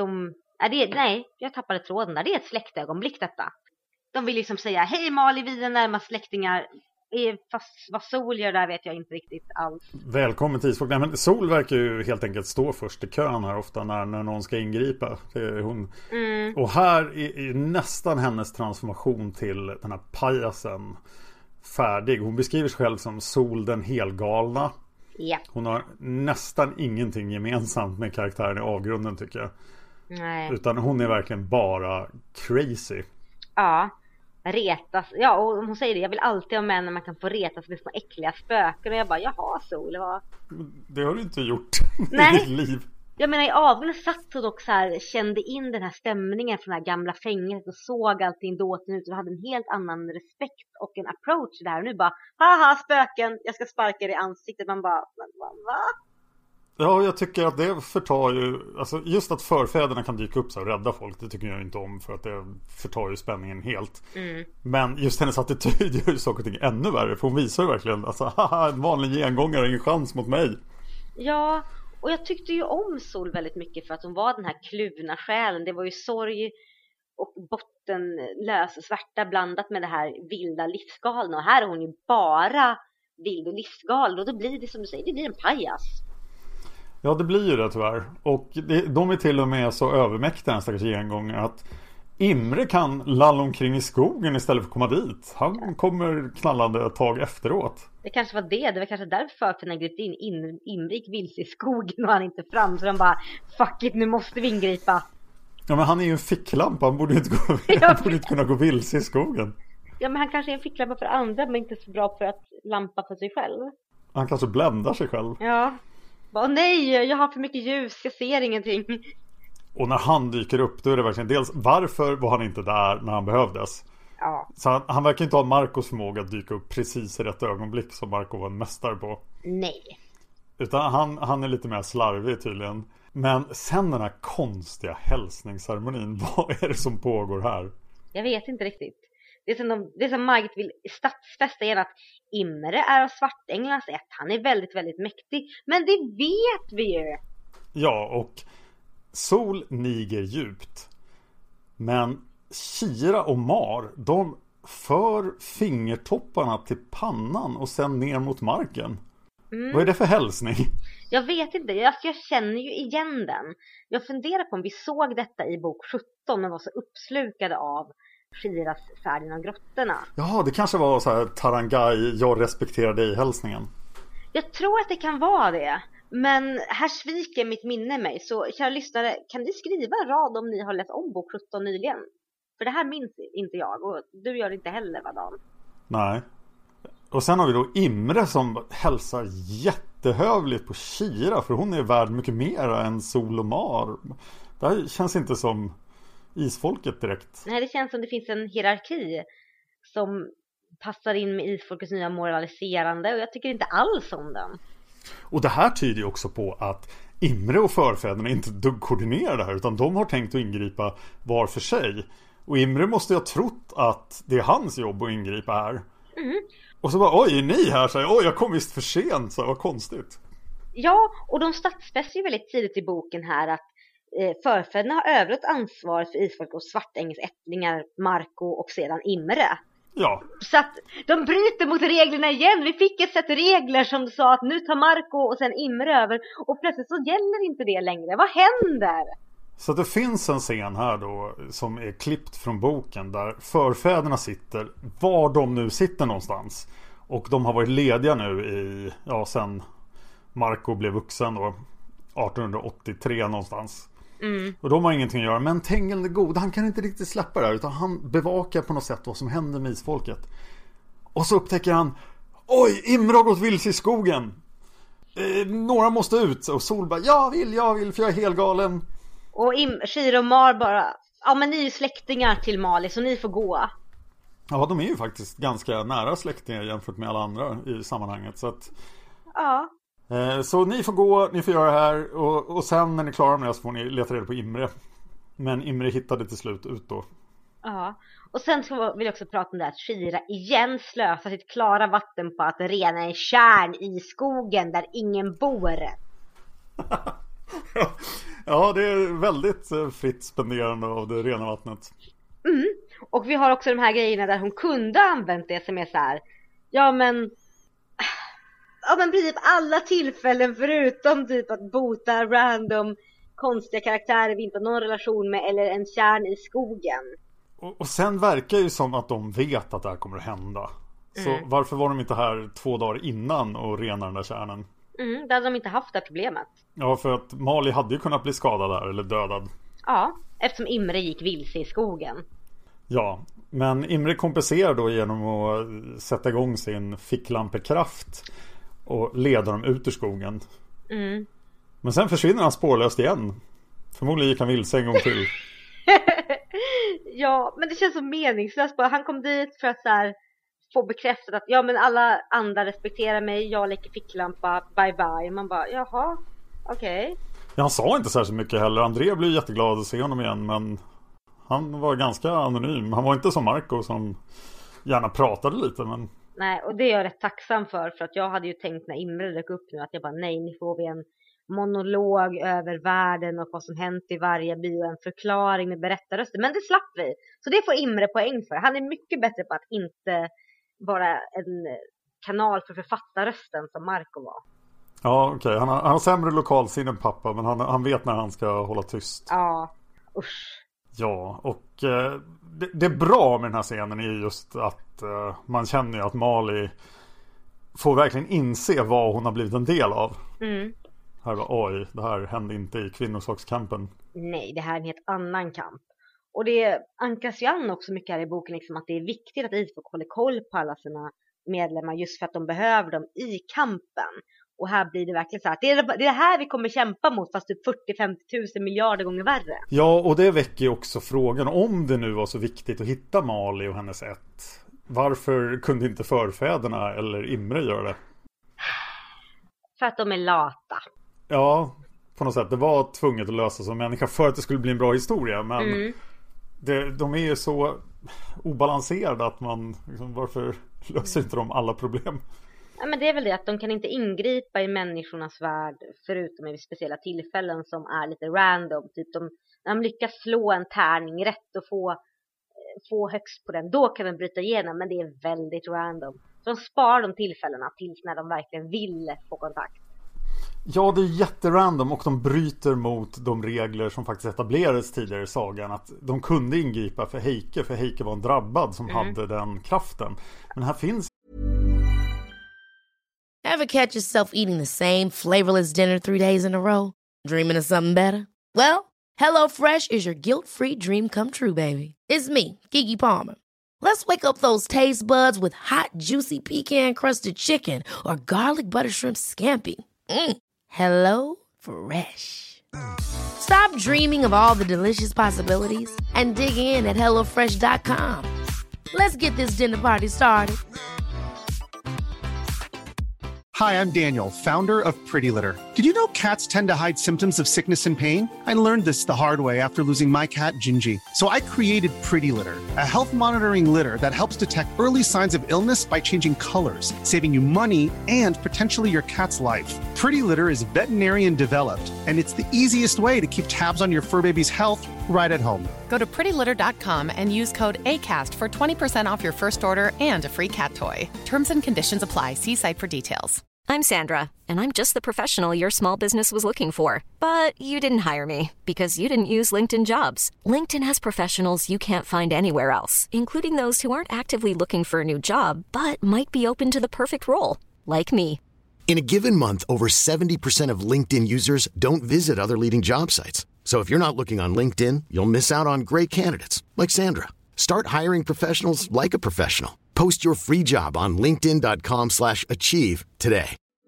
jag tappade tråden där. Det är ett släktögonblick detta. De vill liksom säga, hej Mali, vi är närmast släktingar. Fast vad Sol gör där vet jag inte riktigt alls. Välkommen till Isfolk. Nej, men Sol verkar ju helt enkelt stå först i kön här ofta när någon ska ingripa. Det är hon. Och här är nästan hennes transformation till den här pajasen färdig. Hon beskriver sig själv som Sol den helgalna. Ja. Hon har nästan ingenting gemensamt med karaktären i Avgrunden tycker jag. Nej. Utan hon är verkligen bara crazy. Ja, retas. Ja, och hon säger det, jag vill alltid ha män när man kan få retas med små äckliga spöken. Och jag bara, jaha Sol, vad? Det har du inte gjort Nej. i ditt liv. Jag menar, i Avgrunden satt hon också här, kände in den här stämningen från det här gamla fängelset och såg allting dåten ut och hade en helt annan respekt och en approach där. Och nu bara, haha spöken, jag ska sparka er i ansiktet. Man bara, va? Ja, jag tycker att det förtar ju, alltså just att förfäderna kan dyka upp så och rädda folk, det tycker jag inte om, för att det förtar ju spänningen helt. Men just hennes attityd gör ju saker och ting ännu värre, för hon visar ju verkligen, alltså, haha, en vanlig gengångare, ingen chans mot mig. Ja, och jag tyckte ju om Sol väldigt mycket för att hon var den här kluvna själen. Det var ju sorg och bottenlösa svärta blandat med det här vilda livsgalen. Och här är hon ju bara vild och livsgalen. Och då blir det som du säger, det blir en pajas. Ja, det blir ju det tyvärr. Och de är till och med så övermäktiga en stackars gengångare att Imre kan lalla omkring i skogen istället för att komma dit. Han kommer knallande ett tag efteråt. Det kanske var det. Det var kanske därför för när grep in Imre gick vilse i skogen och han inte fram. Så de bara, fuck it, nu måste vi ingripa. Ja, men han är ju en ficklampa. Han borde inte kunna gå vilse i skogen. Ja, men han kanske är en ficklampa för andra men inte så bra för att lampa för sig själv. Han kanske bländar sig själv. Ja. Bara, nej, jag har för mycket ljus, jag ser ingenting. Och när han dyker upp, då är det verkligen dels varför var han inte där när han behövdes. Ja. Så han verkar inte ha Marcos förmåga att dyka upp precis i rätt ögonblick som Marco var en mästare på. Nej. Utan han är lite mer slarvig tydligen. Men sen den här konstiga hälsningsceremonin, vad är det som pågår här? Jag vet inte riktigt. Det som Margit vill stadsfästa är att Imre är av Svartänglarnas ett. Han är väldigt, väldigt mäktig. Men det vet vi ju. Ja, och Sol niger djupt. Men Shira och Mar, de för fingertopparna till pannan och sen ner mot marken. Vad är det för hälsning? Jag vet inte, jag känner ju igen den. Jag funderar på om vi såg detta i bok 17 men var så uppslukade av Shiras färd genom grottorna. Jaha, det kanske var så här Tarangai, jag respekterar dig-hälsningen. Jag tror att det kan vara det. Men här sviker mitt minne mig. Så kära lyssnare, kan ni skriva en rad om ni har läst om bok 17 nyligen? För det här minns inte jag. Och du gör det inte heller, va Dan? Nej. Och sen har vi då Imre som hälsar jättehövligt på Shira. För hon är värd mycket mer än Sol och Mar. Det här känns inte som isfolket direkt. Nej, det känns som det finns en hierarki som passar in med isfolkets nya moraliserande. Och jag tycker inte alls om den. Och det här tyder ju också på att Imre och förfäderna inte dugg koordinerar det här. Utan de har tänkt att ingripa var för sig. Och Imre måste ju ha trott att det är hans jobb att ingripa här. Mm. Och så bara, oj, är ni här? Så oj, jag kom visst för sent, så vad konstigt. Ja, och de stadsfäster ju väldigt tidigt i boken här att förfäderna har överlåtit ansvaret för isfolk och Svartängens ättlingar, Marco och sedan Imre. Ja. Så att de bryter mot reglerna igen. Vi fick ett sätt regler som sa att nu tar Marco och sen Imre över. Och plötsligt så gäller inte det längre. Vad händer? Så det finns en scen här då som är klippt från boken där förfäderna sitter, var de nu sitter någonstans. Och de har varit lediga nu i, ja, sen Marco blev vuxen då, 1883 någonstans. Mm. Och de har ingenting att göra. Men Tengil är god, han kan inte riktigt släppa det här, utan han bevakar på något sätt vad som händer med isfolket. Och så upptäcker han, oj, Imre har gått vilse i skogen. Några måste ut. Och Sol bara, jag vill för jag är helt galen. Och Shira och Mar bara, ja men ni är ju släktingar till Mali så ni får gå. Ja, de är ju faktiskt ganska nära släktingar jämfört med alla andra i sammanhanget. Så att, ja. Så ni får gå, ni får göra det här. Och sen när ni klarar med det så får ni leta reda på Imre. Men Imre hittade till slut ut då. Ja, och sen så vill jag också prata om det att Shira igen slösar sitt klara vatten på att rena en kärn i skogen där ingen bor. Ja, det är väldigt fritt spenderande av det rena vattnet. Mm. Och vi har också de här grejerna där hon kunde använt det som är så här, ja men typ alla tillfällen förutom typ att bota random konstiga karaktärer vi inte har någon relation med eller en kärn i skogen. Och sen verkar ju som att de vet att det här kommer att hända. Så varför var de inte här 2 dagar innan och renar den där kärnen? Där hade de inte haft det problemet. Ja, för att Mali hade ju kunnat bli skadad där eller dödad. Ja, eftersom Imre gick vilse i skogen. Ja, men Imre kompenserar då genom att sätta igång sin ficklampekraft och leda dem ut ur skogen. Mm. Men sen försvinner han spårlöst igen. Förmodligen gick han vilse en gång till. Ja, men det känns så meningslöst. Han kom dit för att så här, få bekräftat att ja men alla andra respekterar mig, jag leker ficklampa, bye bye. Man bara, jaha, okej. Ja, han sa inte särskilt mycket heller. André blev jätteglad att se honom igen, men han var ganska anonym. Han var inte som Marco som gärna pratade lite, men... Nej, och det är jag rätt tacksam för att jag hade ju tänkt när Imre dök upp nu att jag bara, nej, nu får vi en monolog över världen och vad som hänt i varje by och en förklaring med berättarröster. Men det slapp vi. Så det får Imre poäng för. Han är mycket bättre på att inte vara en kanal för författarrösten som Marco var. Ja, okej. Han har sämre lokalsinne än pappa, men han vet när han ska hålla tyst. Ja, usch. Ja, och det är bra med den här scenen är just att man känner ju att Mali får verkligen inse vad hon har blivit en del av. Mm. Här var, oj, det här hände inte i kvinnosakskampen. Nej, det här är en helt annan kamp. Och det ankas ju an också mycket här i boken liksom, att det är viktigt att isfolk håller koll på alla sina medlemmar just för att de behöver dem i kampen. Och här blir det verkligen så att det är det här vi kommer kämpa mot fast typ 40-50 000 miljarder gånger värre. Ja, och det väcker ju också frågan om det nu var så viktigt att hitta Mali och hennes ätt. Varför kunde inte förfäderna eller Imre göra det? För att de är lata. Ja, på något sätt. Det var tvunget att lösa som människa för att det skulle bli en bra historia. Men de är ju så obalanserade att man... Liksom, varför löser inte de alla problem? Ja, men det är väl det att de kan inte ingripa i människornas värld förutom i speciella tillfällen som är lite random. Typ när de lyckas slå en tärning rätt och få högst på den, då kan de bryta igenom. Men det är väldigt random. Så de sparar de tillfällena tills när de verkligen vill få kontakt. Ja, det är jätterandom och de bryter mot de regler som faktiskt etablerades tidigare i sagan. Att de kunde ingripa för Heike var en drabbad som hade den kraften. Men här finns... Ever catch yourself eating the same flavorless dinner 3 days in a row? Dreaming of something better? Well, HelloFresh is your guilt-free dream come true, baby. It's me, Keke Palmer. Let's wake up those taste buds with hot, juicy pecan-crusted chicken or garlic butter shrimp scampi. Hello Fresh. Stop dreaming of all the delicious possibilities and dig in at HelloFresh.com. Let's get this dinner party started. Hi, I'm Daniel, founder of Pretty Litter. Did you know cats tend to hide symptoms of sickness and pain? I learned this the hard way after losing my cat, Gingy. So I created Pretty Litter, a health monitoring litter that helps detect early signs of illness by changing colors, saving you money and potentially your cat's life. Pretty Litter is veterinarian developed, and it's the easiest way to keep tabs on your fur baby's health right at home. Go to prettylitter.com and use code ACAST for 20% off your first order and a free cat toy. Terms and conditions apply. See site for details. I'm Sandra, and I'm just the professional your small business was looking for. But you didn't hire me because you didn't use LinkedIn Jobs. LinkedIn has professionals you can't find anywhere else, including those who aren't actively looking for a new job, but might be open to the perfect role, like me. In a given month, over 70% of LinkedIn users don't visit other leading job sites. So if you're not looking on LinkedIn, you'll miss out on great candidates like Sandra. Start hiring professionals like a professional. Post your free job on linkedin.com/achieve today.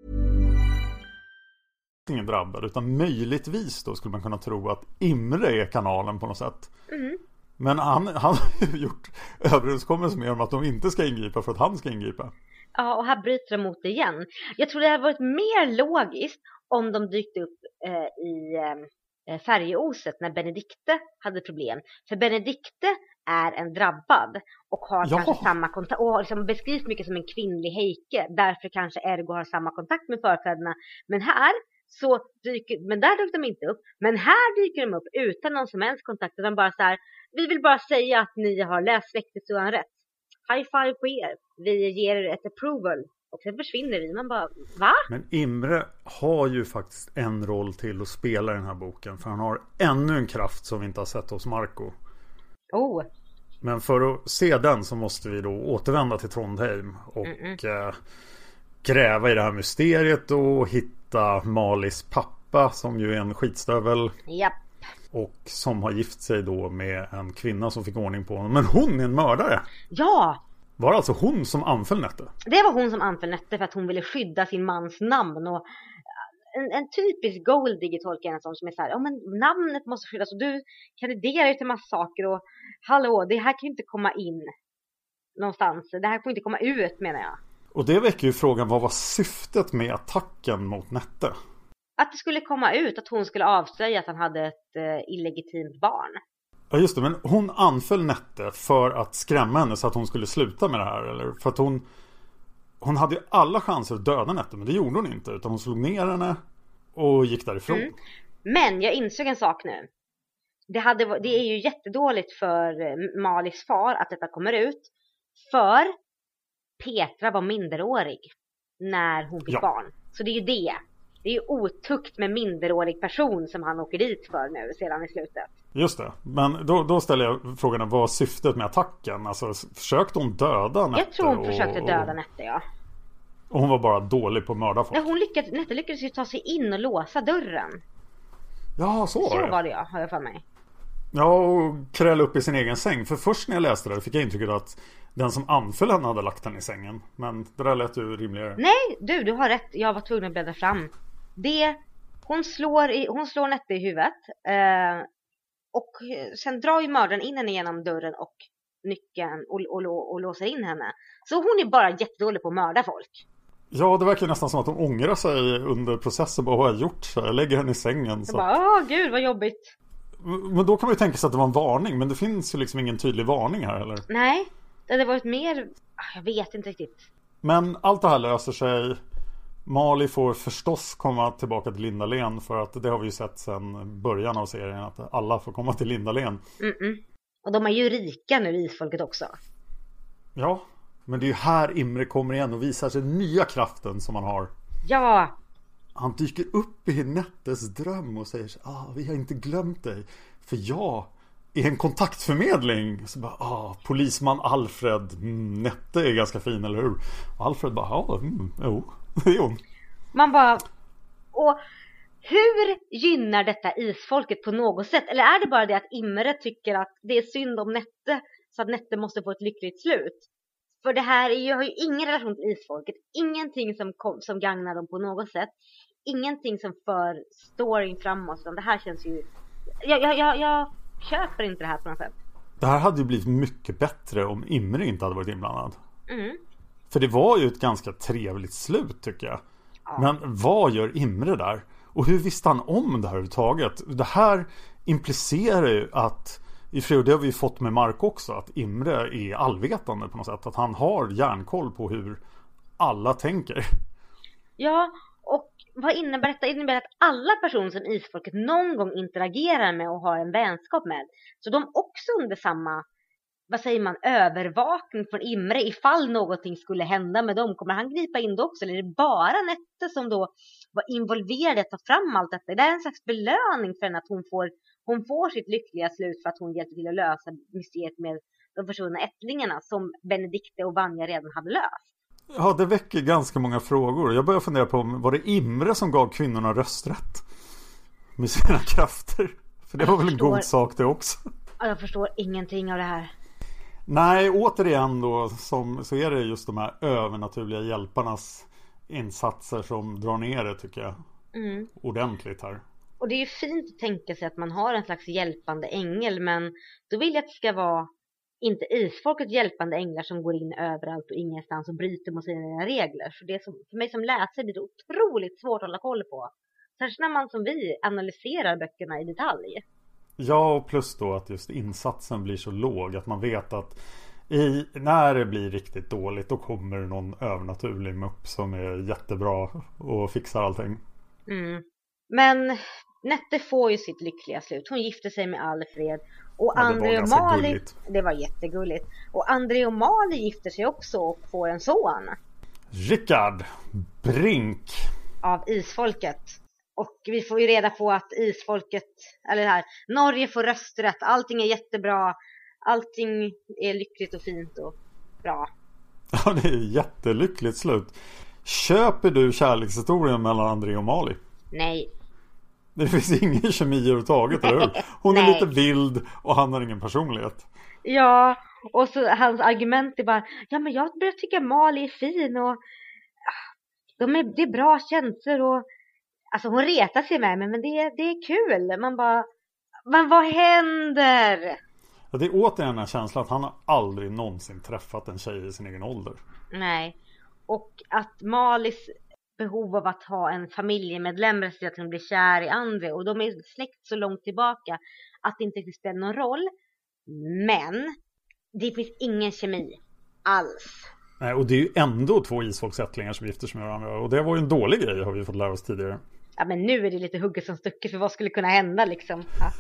Ingen drabbad, utan möjligtvis då skulle man kunna tro att Imre är kanalen på något sätt. Men han har gjort överenskommelser med dem att de inte ska ingripa för att han ska ingripa. Ja, och här bryter de mot det igen. Jag tror det hade varit mer logiskt om de dykt upp i Färjeoset när Benedikte hade problem. För Benedikte är en drabbad och har kanske samma kontakt och liksom beskrivs mycket som en kvinnlig Heike. Därför kanske Ergo har samma kontakt med förfäderna. Men där dyker de inte upp. Men här dyker de upp utan någon som helst kontakt. De bara så här, vi vill bara säga att ni har läst släkthistorien rätt. High five på er. Vi ger er ett approval. Och sen försvinner vi. Man bara, va? Men Imre har ju faktiskt en roll till att spela i den här boken. För han har ännu en kraft som vi inte har sett hos Marco. Men för att se den så måste vi då återvända till Trondheim. Och gräva i det här mysteriet och hitta Malis pappa som ju är en skitstövel. Japp. Och som har gift sig då med en kvinna som fick ordning på honom. Men hon är en mördare. Ja! Var det alltså hon som anföll Nette? Det var hon som anföll Nette för att hon ville skydda sin mans namn. Och en typisk golddigger tolkar jag som är så här, men namnet måste skyddas och du kandiderar ju till massa saker och hallå, det här kan ju inte komma in någonstans. Det här får inte komma ut, menar jag. Och det väcker ju frågan, vad var syftet med attacken mot Nette? Att det skulle komma ut, att hon skulle avslöja att han hade ett illegitimt barn. Ja just det, men hon anföll Nette för att skrämma henne så att hon skulle sluta med det här, eller? För att hon hade ju alla chanser att döda Nette, men det gjorde hon inte, utan hon slog ner henne och gick därifrån. Men jag insåg en sak nu. Det är ju jättedåligt för Malis far att detta kommer ut, för Petra var minderårig när hon fick barn. Så det är ju det. Det är ju otukt med minderårig person som han åker dit för nu sedan i slutet. Just det, men då ställer jag frågan, vad var syftet med attacken? Alltså, försökte hon döda Nette? Jag tror hon försökte döda Nette, ja. Och hon var bara dålig på att mörda folk? Nej, Nette lyckades ju ta sig in och låsa dörren. Ja, så var det. Har jag för mig. Ja, och kräla upp i sin egen säng. För först när jag läste det fick jag intrycket att den som anföll henne hade lagt henne i sängen. Men det där lät ju rimligare. Nej, du har rätt. Jag var tvungen att bläddra fram. Hon slår Nette i huvudet. Och sen drar ju mördaren in henne genom dörren och nyckeln och låser in henne. Så hon är bara jättedålig på att mörda folk. Ja, det verkar nästan som att hon ångrar sig under processen. Bara, vad har jag gjort? Så jag lägger henne i sängen. Så. Gud vad jobbigt. Men då kan man ju tänka sig att det var en varning. Men det finns ju liksom ingen tydlig varning här, eller? Nej, det hade varit mer... Jag vet inte riktigt. Men allt det här löser sig. Mali får förstås komma tillbaka till Lindalen. För att det har vi ju sett sedan början av serien. Att alla får komma till Lindalen. Och de är ju rika nu, isfolket också. Ja, men det är ju här Imre kommer igen och visar sig nya kraften som man har. Ja, han dyker upp i Nettes dröm och säger vi har inte glömt dig. För jag är en kontaktförmedling. Så bara, polisman Alfred, Nette är ganska fin, eller hur? Och Alfred bara, jo, det är hon. Man bara, och hur gynnar detta isfolket på något sätt? Eller är det bara det att Imre tycker att det är synd om Nette, så att Nette måste få ett lyckligt slut? För det här har ju ingen relation till isfolket. Ingenting som gagnar dem på något sätt. Ingenting som för storyn framåt. Det här känns ju... Jag köper inte det här på något sätt. Det här hade ju blivit mycket bättre om Imre inte hade varit inblandad. För det var ju ett ganska trevligt slut, tycker jag. Ja. Men vad gör Imre där? Och hur visste han om det här överhuvudtaget? Det här implicerar ju att, det har vi fått med Mark också, att Imre är allvetande på något sätt. Att han har järnkoll på hur alla tänker. Ja, och vad innebär detta? Det innebär att alla personer som isfolket någon gång interagerar med och har en vänskap med, så de också under samma, övervakning från Imre ifall någonting skulle hända med dem. Kommer han gripa in då också? Eller är det bara Nette som då var involverad att ta fram allt detta? Det är en slags belöning för henne att hon får sitt lyckliga slut för att hon hjälpte till att lösa mysteriet med de försvunna ättlingarna som Benedikte och Vanja redan hade löst. Ja, det väcker ganska många frågor. Jag börjar fundera på, var det Imre som gav kvinnorna rösträtt med sina krafter? För det var väl en god sak det också. Jag förstår ingenting av det här. Nej, återigen då så är det just de här övernaturliga hjälparnas insatser som drar ner det, tycker jag. Ordentligt här. Och det är ju fint att tänka sig att man har en slags hjälpande ängel, men då vill jag att det ska vara inte isfolket hjälpande änglar som går in överallt och ingenstans och bryter mot sina regler. För det för mig som läsare blir det otroligt svårt att hålla koll på. Särskilt när man som vi analyserar böckerna i detalj. Ja, och plus då att just insatsen blir så låg att man vet att när det blir riktigt dåligt då kommer någon övernaturlig mupp som är jättebra och fixar allting. Men Nette får ju sitt lyckliga slut. Hon gifter sig med Alfred. Och André och Mali, det var jättegulligt. Och André och Mali gifter sig också och får en son. Rickard Brink. Av isfolket. Och vi får ju reda på att isfolket, eller här, Norge får rösträtt. Allting är jättebra. Allting är lyckligt och fint och bra. Ja, det är jättelyckligt slut. Köper du kärlekshistorien mellan André och Mali? Nej. Det finns ingen kemi överhuvudtaget, eller hur? Hon är lite vild och han har ingen personlighet. Ja, och så hans argument är bara, men jag börjar tycka Mali är fin och det är bra känslor och alltså hon retar sig med mig, men det är kul. Man bara, men vad händer? Ja, det är återigen den här känslan att han har aldrig någonsin träffat en tjej i sin egen ålder. Nej, och att Malis behov av att ha en familjemedlem resulterar att hon blir kär i andra, och de är släkt så långt tillbaka att det inte riktigt spelar någon roll. Men det finns ingen kemi alls. Nej, och det är ju ändå 2 isfolksättlingar som gifter sig med varandra, och det var ju en dålig grej, har vi fått lära oss tidigare. Ja, men nu är det lite hugget som stucket, för vad skulle kunna hända liksom.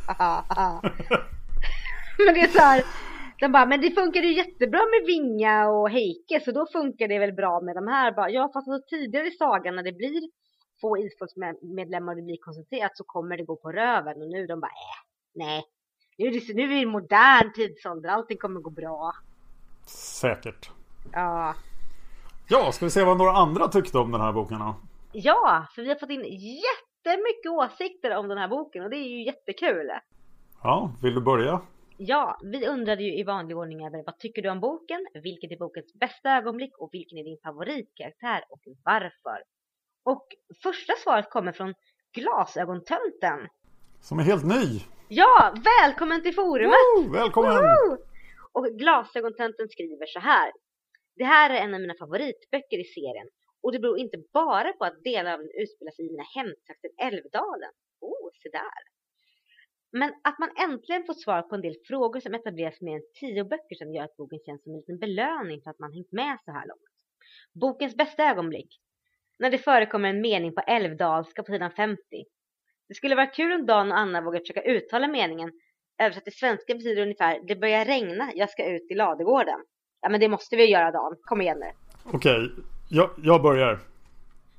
Men det är så här, de bara, men det funkar ju jättebra med Vinga och Heike, så då funkar det väl bra med de här. Bara, ja, fast så tidigare i sagan när det blir få isfolksmedlemmar och det blir koncentrerat så kommer det gå på röven. Och nu de bara, nej. Nu är det en modern tidsålder, allting kommer gå bra. Säkert. Ja. Ja, ska vi se vad några andra tyckte om den här boken då? Ja, för vi har fått in jättemycket åsikter om den här boken och det är ju jättekul. Ja, vill du börja? Ja, vi undrade ju i vanlig ordning över vad tycker du om boken, vilket är bokens bästa ögonblick och vilken är din favoritkaraktär och varför. Och första svaret kommer från Glasögontönten. Som är helt ny. Ja, välkommen till forumet. Välkommen. Woo! Och Glasögontönten skriver så här. Det här är en av mina favoritböcker i serien. Och det beror inte bara på att delar av den utspelar sig i mina hemtrakter Älvdalen. Se där. Men att man äntligen fått svar på en del frågor som etableras med 10 böcker som gör att boken känns som en liten belöning för att man hängt med så här långt. Bokens bästa ögonblick. När det förekommer en mening på älvdalska på sidan 50. Det skulle vara kul om Dan och Anna vågar försöka uttala meningen. Översatt till svenska betyder ungefär, det börjar regna, jag ska ut i ladegården. Ja, men det måste vi göra, Dan. Kom igen nu. Okej, jag börjar.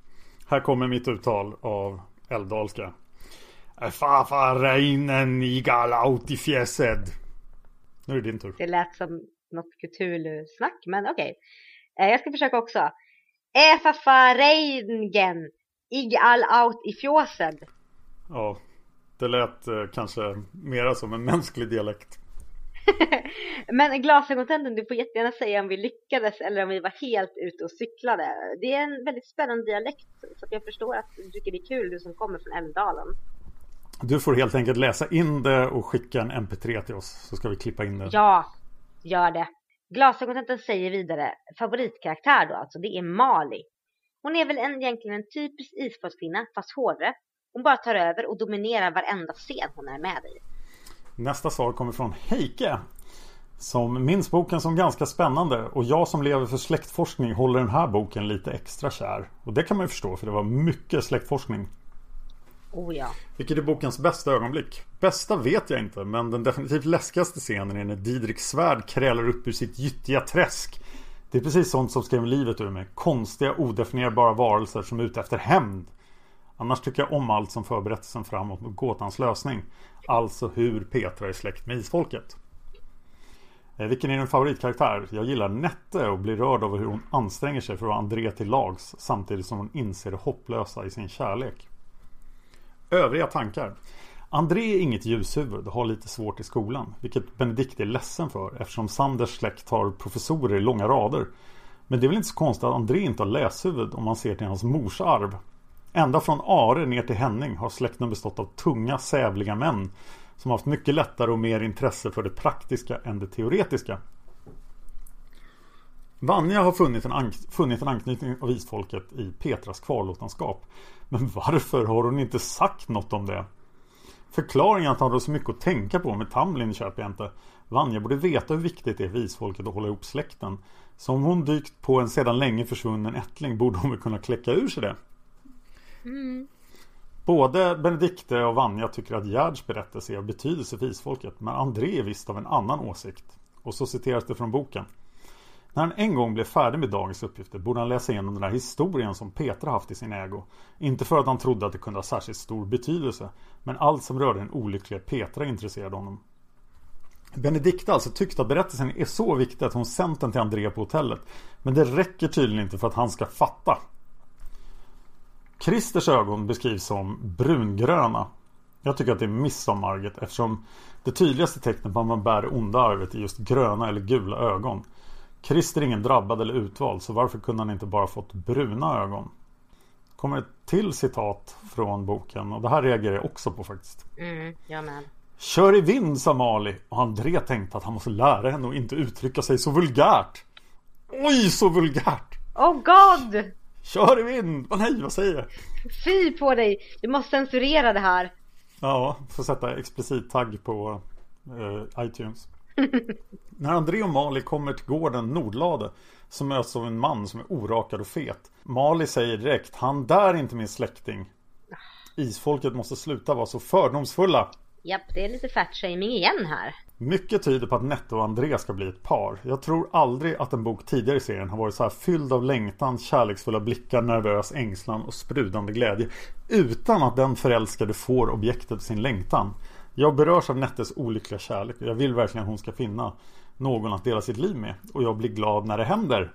Här kommer mitt uttal av älvdalska. Fafareinen igal out i fjäsed. Nu är det din tur. Det lät som något Cthulhu-snack, men okej. Jag ska försöka också. Fafareinen igal out i fjäsed. Ja, det lät kanske mera som en mänsklig dialekt. Men glasögontenten, du får jättegärna säga om vi lyckades eller om vi var helt ute och cyklade. Det är en väldigt spännande dialekt, så att jag förstår att du tycker det är kul, du som kommer från Älvdalen. Du får helt enkelt läsa in det och skicka en mp3 till oss, så ska vi klippa in det. Ja, gör det. Glasögontenten säger vidare, favoritkaraktär då alltså, det är Mali. Hon är väl egentligen en typisk isfolkskvinna, fast hårdare. Hon bara tar över och dominerar varenda scen hon är med i. Nästa svar kommer från Heike, som minns boken som ganska spännande, och jag som lever för släktforskning håller den här boken lite extra kär. Och det kan man ju förstå, för det var mycket släktforskning. Oh ja. Vilket är bokens bästa ögonblick? Bästa vet jag inte, men den definitivt läskigaste scenen är när Didriks svärd krälar upp ur sitt gyttiga träsk. Det är precis sånt som skrev livet ur mig. Konstiga, odefinierbara varelser som är ute efter hämnd. Annars tycker jag om allt som förberättelsen framåt mot gåtans lösning. Alltså hur Petra är släkt med isfolket. Vilken är din favoritkaraktär? Jag gillar Nette och blir rörd över hur hon anstränger sig för att André till lags, samtidigt som hon inser det hopplösa i sin kärlek. Övriga tankar. André är inget ljushuvud och har lite svårt i skolan, vilket Benedikt är ledsen för eftersom Sanders släkt har professorer i långa rader. Men det är väl inte så konstigt att André inte har läshuvud om man ser till hans mors arv. Ända från Are ner till Henning har släkten bestått av tunga, sävliga män som haft mycket lättare och mer intresse för det praktiska än det teoretiska. Vanja har funnit en anknytning av isfolket i Petras kvarlåtenskap. Men varför har hon inte sagt något om det? Förklaringen att han har så mycket att tänka på med Tamlin köper jag inte. Vanja borde veta hur viktigt det är för isfolket att hålla ihop släkten. Så om hon dykt på en sedan länge försvunnen ättling borde hon väl kunna kläcka ur sig det. Mm. Både Benedikte och Vanja tycker att Gerds berättelse är av betydelse för isfolket, men André är visst av en annan åsikt. Och så citeras det från boken. När han en gång blev färdig med dagens uppgifter borde han läsa igenom den här historien som Petra haft i sin ägo. Inte för att han trodde att det kunde ha särskilt stor betydelse, men allt som rörde den olyckliga Petra intresserade honom. Benedikte alltså tyckte att berättelsen är så viktig att hon sänt den till André på hotellet, men det räcker tydligen inte för att han ska fatta. Christers ögon beskrivs som brungröna. Jag tycker att det är miss av Margit, eftersom det tydligaste tecknet på att man bär det onda arvet är just gröna eller gula ögon. Christer är ingen drabbad eller utvald, så varför kunde han inte bara fått bruna ögon? Kommer ett till citat från boken, och det här reagerar jag också på faktiskt. Jag med. Kör i vind, sa Mali, och André tänkte att han måste lära henne att inte uttrycka sig så vulgärt. Oj, så vulgärt! Oh god! Kör i vind! Nej, vad säger jag? Fy på dig, du måste censurera det här. Ja, får sätta explicit tagg på iTunes. När André och Mali kommer till gården Nordlade så möts av en man som är orakad och fet. Mali säger direkt, han där är inte min släkting. Isfolket måste sluta vara så fördomsfulla. Japp, det är lite fatshaming igen här. Mycket tyder på att Nette och André ska bli ett par. Jag tror aldrig att en bok tidigare i serien har varit så här fylld av längtan, kärleksfulla blickar, nervös ängslan och sprudande glädje, utan att den förälskade får objektet sin längtan. Jag berörs av Nettes olyckliga kärlek och jag vill verkligen att hon ska finna någon att dela sitt liv med. Och jag blir glad när det händer.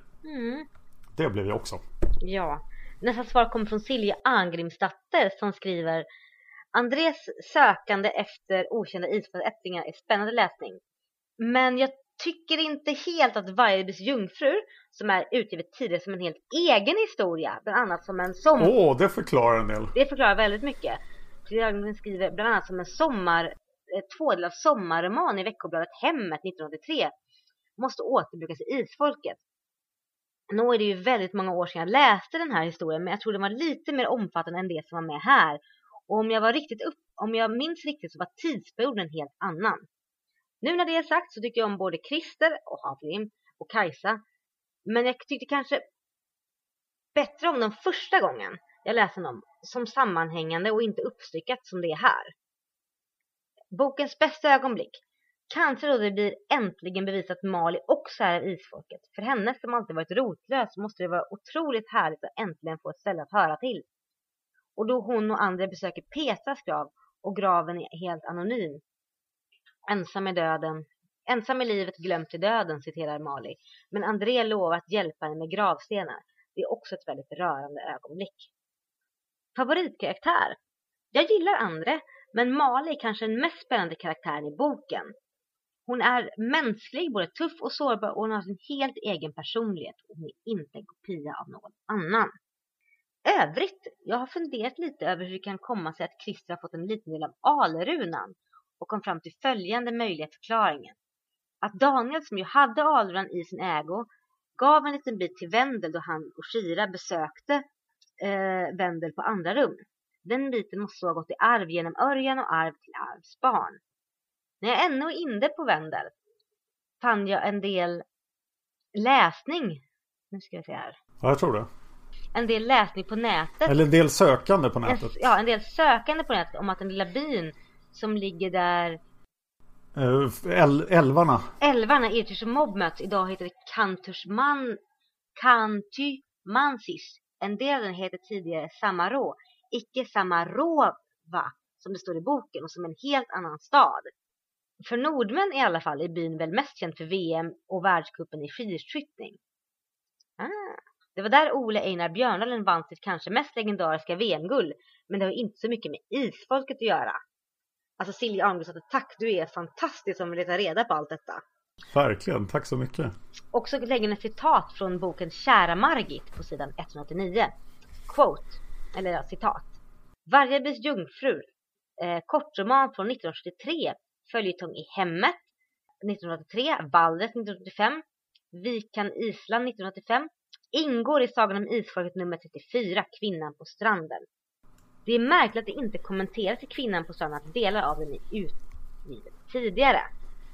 Det blev jag också. Ja. Nästa svar kommer från Silja Angrimsdatter som skriver: Andrés sökande efter okända isfolksättlingar är spännande läsning. Men jag tycker inte helt att Vairbys jungfrur, som är utgivet tidigare som en helt egen historia, bland annat som en det förklarar en del. Det förklarar väldigt mycket. Silja skriver bland annat som en tvådelad sommarroman i veckobladet Hemmet 1983 måste återbrukas i isfolket. Nu är det ju väldigt många år sedan jag läste den här historien, men jag tror den var lite mer omfattande än det som var med här. Och om jag minns riktigt så var tidsperioden helt annan. Nu när det är sagt så tycker jag om både Christer och Havlim och Kajsa. Men jag tyckte kanske bättre om den första gången jag läste dem som sammanhängande och inte uppstyckat som det är här. Bokens bästa ögonblick. Kanske då det blir äntligen bevisat att Mali också är isfolket. För henne som alltid varit rotlös måste det vara otroligt härligt att äntligen få ett ställe att höra till. Och då hon och andra besöker Petras grav och graven är helt anonym. Ensam i livet, glömt i döden, citerar Mali. Men André lovar att hjälpa henne med gravstenar. Det är också ett väldigt rörande ögonblick. Favoritkaraktär? Jag gillar André, men Mali är kanske den mest spännande karaktären i boken. Hon är mänsklig, både tuff och sårbar, och hon har sin helt egen personlighet. Hon är inte en kopia av någon annan. Övrigt, jag har funderat lite över hur det kan komma sig att Christer har fått en liten del av alrunan och kom fram till följande möjliga förklaringen. Att Daniel, som ju hade alrunan i sin ägo, gav en liten bit till Wendel då han och Shira besökte Wendel på andra rum. Den biten måste ha gått i arv genom Örjan och arv till Arvs barn. När jag ännu är inne på Wendel fann jag en del läsning. Nu ska jag se här. Ja, jag tror det. En del läsning på nätet. Eller en del sökande på nätet. En del sökande på nätet om att den lilla byn som ligger där... Älvarna. Älvarna, Irtish och Mob möts. Idag heter det Kantymansis. En del av den heter tidigare Samarå. Icke Samarova, som det står i boken, och som en helt annan stad. För nordmän i alla fall är byn väl mest känd för VM och världscupen i skidskyttning. Det var där Ole Einar Björnalen vann sitt kanske mest legendariska VM-guld. Men det har inte så mycket med isfolket att göra. Alltså Silja Arngudsdotter, tack, du är fantastisk som vill ta reda på allt detta. Verkligen, tack så mycket. Och så lägger en citat från boken Kära Margit på sidan 189. Quote, eller ja, citat. Varjebys jungfrur, kortroman från 1973, följetong i hemmet 1983, Valdres 1985, Vikan Island 1985, ingår i sagan om isfolket nummer 34, Kvinnan på stranden. Det är märkligt att det inte kommenteras i Kvinnan på stranden att delar av den är utgiven tidigare.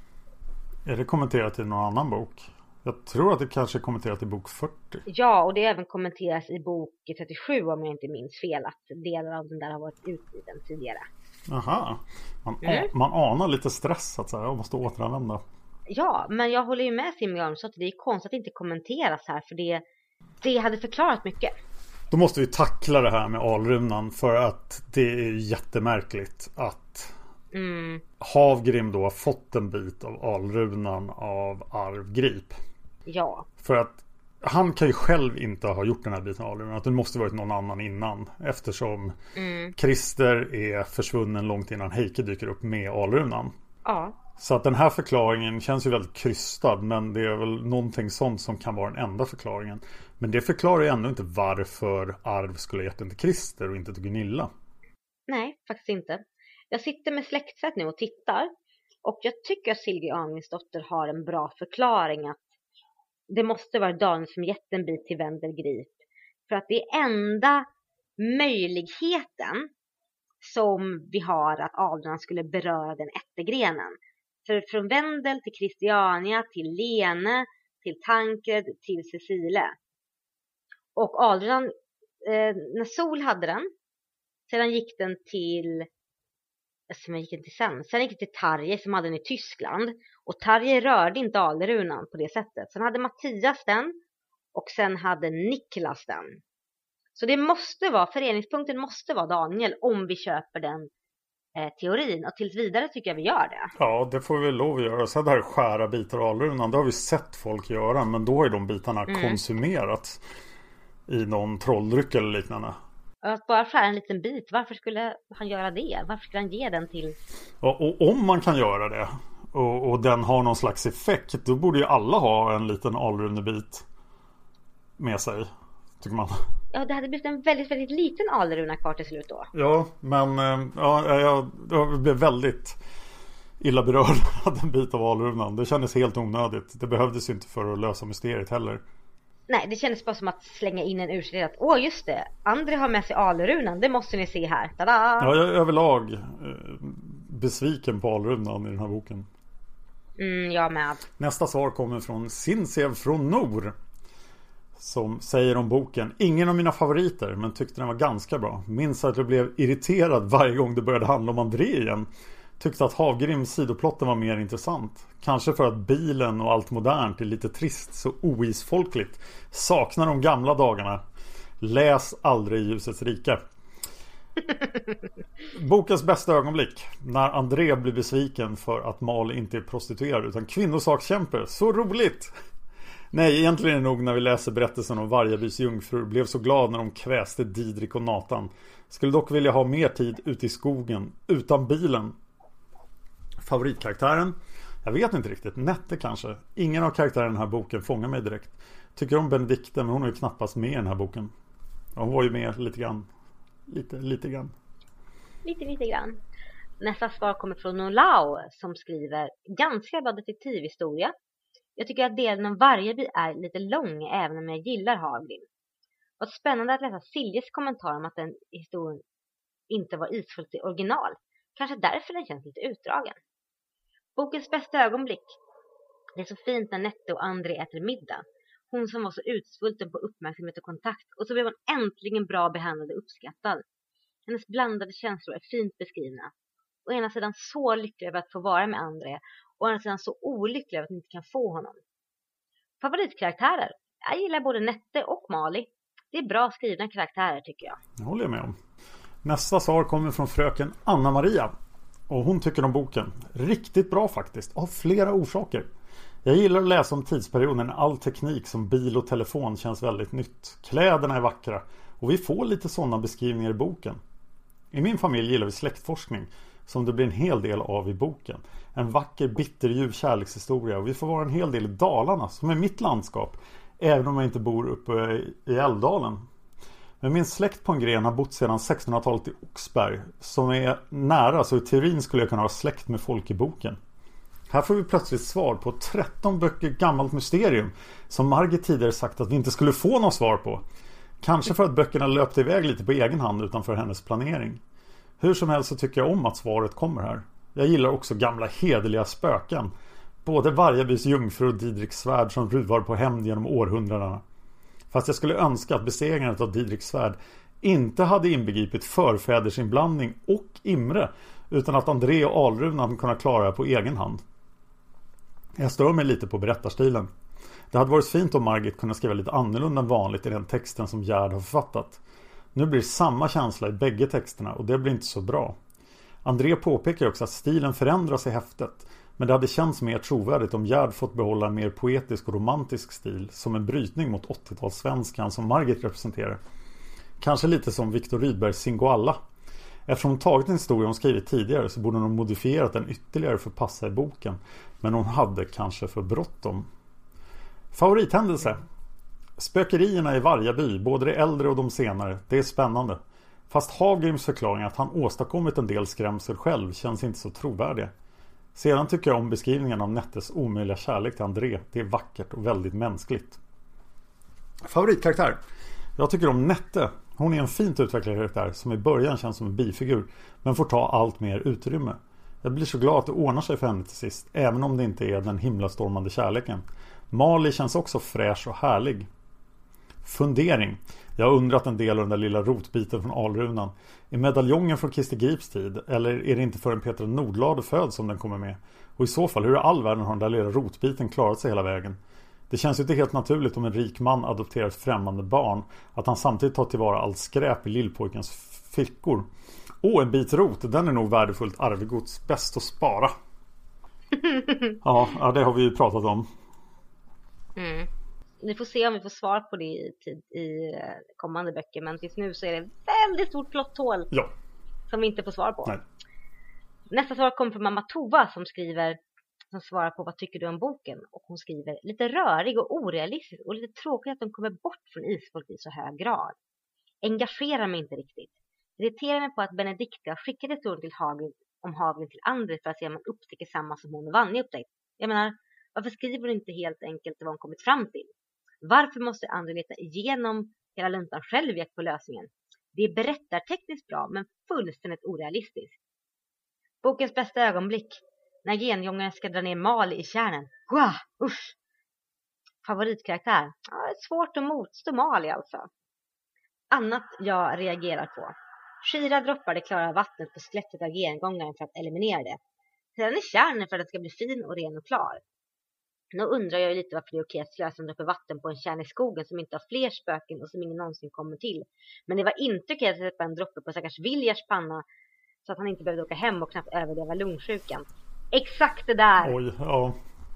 Är det kommenterat i någon annan bok? Jag tror att det kanske är kommenterat i bok 40. Ja, och det är även kommenteras i bok 37 om jag inte minns fel, att delar av den där har varit utgiven tidigare. Aha, man anar lite stress att jag måste återanvända. Ja, men jag håller ju med Simon Armstrong att det är konstigt att det inte kommenteras här, för det hade förklarat mycket. Då måste vi tackla det här med alrunan, för att det är jättemärkligt att Havgrim då har fått en bit av alrunan av Arvgrip. Ja. För att han kan ju själv inte ha gjort den här biten av alrunan, att det måste varit någon annan innan, eftersom Christer är försvunnen långt innan Heike dyker upp med alrunan. Ja. Så att den här förklaringen känns ju väldigt krystad, men det är väl någonting sånt som kan vara den enda förklaringen. Men det förklarar ju ändå inte varför Arv skulle ha gett den till Christer och inte till Gunilla. Nej, faktiskt inte. Jag sitter med släktsätt nu och tittar, och jag tycker att Silja Arngudsdotter har en bra förklaring att det måste vara Daniel som gett en bit till Wendel Grip. För att det är enda möjligheten som vi har att Adrian skulle beröra den ättegrenen. För från Wendel till Christiania, till Lene, till Tankred, till Cecile. Och Adrian, när Sol hade den, sedan gick den till... Sen gick det till Tarje som hade den i Tyskland. Och Tarje rörde inte alrunan på det sättet. Sen hade Mattias den. Och sen hade Niklas den. Så det måste vara, föreningspunkten måste vara Daniel om vi köper den teorin. Och tills vidare tycker jag vi gör det. Ja, det får vi lov att göra. Så här skära bitar av alrunan, det har vi sett folk göra. Men då är de bitarna konsumerats i någon trolldryck eller liknande. Att bara skära en liten bit, varför skulle han göra det? Varför skulle han ge den till... Och om man kan göra det och den har någon slags effekt, då borde ju alla ha en liten alrunebit med sig, tycker man. Ja, det hade blivit en väldigt, väldigt liten alruna kvar till slut då. Ja, men jag blev väldigt illa berörd av en bit av alrunan. Det kändes helt onödigt. Det behövdes ju inte för att lösa mysteriet heller. Nej, det kändes bara som att slänga in en ursäkt att just det, André har med sig alrunan, det måste ni se här. Tada! Ja, jag är överlag besviken på alrunan i den här boken. Jag med. Nästa svar kommer från Sinsev från Nor, som säger om boken: ingen av mina favoriter, men tyckte den var ganska bra. Minns att jag blev irriterad varje gång det började handla om André igen. Tyckte att Havgrims sidoplotten var mer intressant. Kanske för att bilen och allt modernt är lite trist, så oisfolkligt. Saknar de gamla dagarna. Läs aldrig Ljusets rike. Bokens bästa ögonblick. När André blir besviken för att Mal inte är prostituerad utan kvinnosakskämpe. Så roligt! Nej, egentligen är det nog när vi läser berättelsen om Vargabys jungfrur. Blev så glad när de kväste Didrik och Nathan. Skulle dock vilja ha mer tid ute i skogen. Utan bilen. Favoritkaraktären? Jag vet inte riktigt. Nette kanske. Ingen av karaktärerna i den här boken fångar mig direkt. Tycker om Benedikte, men hon är ju knappast med i den här boken. Hon var ju med lite grann. Lite grann. Lite grann. Nästa svar kommer från Nolau som skriver ganska bra detektivhistoria. Jag tycker att delen om Vargaby är lite lång även om jag gillar Haglin. Vad spännande att läsa Siljes kommentar om att den historien inte var isfullt i original. Kanske därför den känns lite utdragen. Bokens bästa ögonblick. Det är så fint när Nette och André äter middag. Hon som var så utsvulten på uppmärksamhet och kontakt. Och så blev hon äntligen bra behandlad och uppskattad. Hennes blandade känslor är fint beskrivna. Å ena sidan så lycklig över att få vara med André. Å andra sidan så olycklig över att inte kan få honom. Favoritkaraktärer. Jag gillar både Nette och Mali. Det är bra skrivna karaktärer tycker jag. Det håller jag med om. Nästa svar kommer från fröken Anna-Maria. Och hon tycker om boken. Riktigt bra faktiskt. Av flera orsaker. Jag gillar att läsa om tidsperioden när all teknik som bil och telefon känns väldigt nytt. Kläderna är vackra. Och vi får lite sådana beskrivningar i boken. I min familj gillar vi släktforskning. Som det blir en hel del av i boken. En vacker, bitterljuv kärlekshistoria. Och vi får vara en hel del i Dalarna som är mitt landskap. Även om jag inte bor uppe i Älvdalen. Men min släkt på en gren har bott sedan 1600-talet i Oxberg. Som är nära, så i teorin skulle jag kunna ha släkt med folk i boken. Här får vi plötsligt svar på 13 böcker gammalt mysterium. Som Margit tidigare sagt att vi inte skulle få något svar på. Kanske för att böckerna löpte iväg lite på egen hand utanför hennes planering. Hur som helst så tycker jag om att svaret kommer här. Jag gillar också gamla hederliga spöken. Både Vargabys jungfru och Didriks svärd som ruvar på hämnd genom århundradena. Fast jag skulle önska att besegrandet av Didriks svärd inte hade inbegripit förfädersinblandning och Imre, utan att André och Alrunan kunde klara det på egen hand. Jag stör mig lite på berättarstilen. Det hade varit fint om Margit kunde skriva lite annorlunda än vanligt i den texten som Gerd har författat. Nu blir det samma känsla i bägge texterna och det blir inte så bra. André påpekar också att stilen förändras i häftet. Men det hade känts mer trovärdigt om Gerd fått behålla en mer poetisk och romantisk stil som en brytning mot 80-talssvenskan som Margit representerar. Kanske lite som Viktor Rydbergs Singoalla. Eftersom hon tagit en historia hon skrivit tidigare så borde hon modifierat den ytterligare för att passa i boken. Men hon hade kanske för bråttom. Favorithändelse. Spökerierna i Vargaby, både de äldre och de senare, det är spännande. Fast Hagrims förklaring att han åstadkommit en del skrämsel själv känns inte så trovärdiga. Sedan tycker jag om beskrivningen av Nettes omöjliga kärlek till André. Det är vackert och väldigt mänskligt. Favoritkaraktär. Jag tycker om Nette. Hon är en fint utvecklad karaktär som i början känns som en bifigur men får ta allt mer utrymme. Jag blir så glad att det ordnar sig för henne till sist, även om det inte är den himlastormande kärleken. Mali känns också fräsch och härlig. Fundering. Jag har undrat en del av den där lilla rotbiten från Alrunan. Är medaljongen från Christer Grips tid? Eller är det inte förrän Petra Nordlade föds som den kommer med? Och i så fall, hur i all världen har den där lilla rotbiten klarat sig hela vägen? Det känns ju inte helt naturligt om en rik man adopterar ett främmande barn. Att han samtidigt tar tillvara allt skräp i lillpojkens fickor. En bit rot, den är nog värdefullt arvegods. Bäst att spara. Ja, det har vi ju pratat om. Vi får se om vi får svar på det i kommande böcker. Men tills nu så är det väldigt stort plotthål som vi inte får svar på. Nej. Nästa svar kommer från mamma Tova som svarar på vad tycker du om boken. Och hon skriver lite rörig och orealistisk och lite tråkigt att de kommer bort från isfolk i så hög grad. Engagerar mig inte riktigt. Irriterar mig på att Benedikte har skickat historien till Haglin till André för att se om man upptäcker samma som hon och Vanja upptäckt. Jag menar, varför skriver hon inte helt enkelt vad hon kommit fram till? Varför måste André leta igenom hela luntan själv och på lösningen? Det är berättartekniskt bra men fullständigt orealistiskt. Bokens bästa ögonblick. När gengångaren ska dra ner Mali i kärnen. Usch! Favoritkaraktär. Det är svårt att motstå Mali alltså. Annat jag reagerar på. Shira droppar det klara vattnet på skelettet av gengångaren för att eliminera det. Sedan är kärnen för att det ska bli fin och ren och klar. Nu undrar jag ju lite varför det är okej att slösa en droppe vatten på en kärn i skogen som inte har fler spöken och som ingen någonsin kommer till. Men det var inte okej att sätta en droppe på stackars Viljars panna så att han inte behövde åka hem och knappt överleva lungsjukan. Exakt det där! Oj, ja.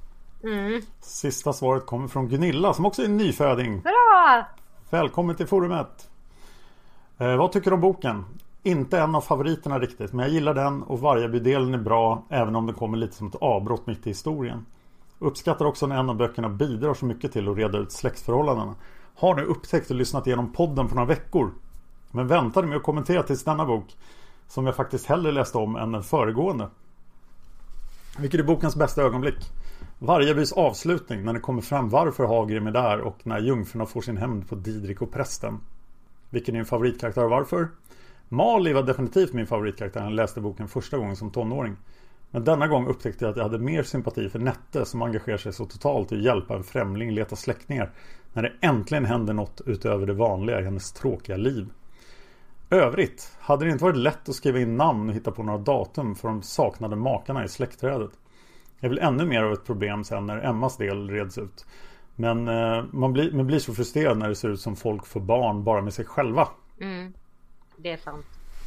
Sista svaret kommer från Gunilla som också är en nyföding. Bra! Välkommen till forumet. Vad tycker du om boken? Inte en av favoriterna riktigt, men jag gillar den och varje bydelen är bra även om den kommer lite som ett avbrott mitt i historien. Uppskattar också när en av böckerna bidrar så mycket till att reda ut släktförhållandena. Har nu upptäckt och lyssnat igenom podden på några veckor. Men väntade med att kommentera tills denna bok som jag faktiskt hellre läste om än den föregående. Vilket är bokens bästa ögonblick? Varjebys avslutning när det kommer fram varför Hagrim är där och när jungfrurna får sin hämnd på Didrik och prästen. Vilken är din favoritkaraktär och varför? Mali var definitivt min favoritkaraktär när jag läste boken första gången som tonåring. Men denna gång upptäckte jag att jag hade mer sympati för Nette som engagerar sig så totalt i att hjälpa en främling leta släktingar när det äntligen händer något utöver det vanliga i hennes tråkiga liv. Övrigt hade det inte varit lätt att skriva in namn och hitta på några datum för de saknade makarna i släktträdet. Det är väl ännu mer av ett problem sen när Emmas del reds ut. Men man blir så frustrerad när det ser ut som folk får barn bara med sig själva. Det är sant.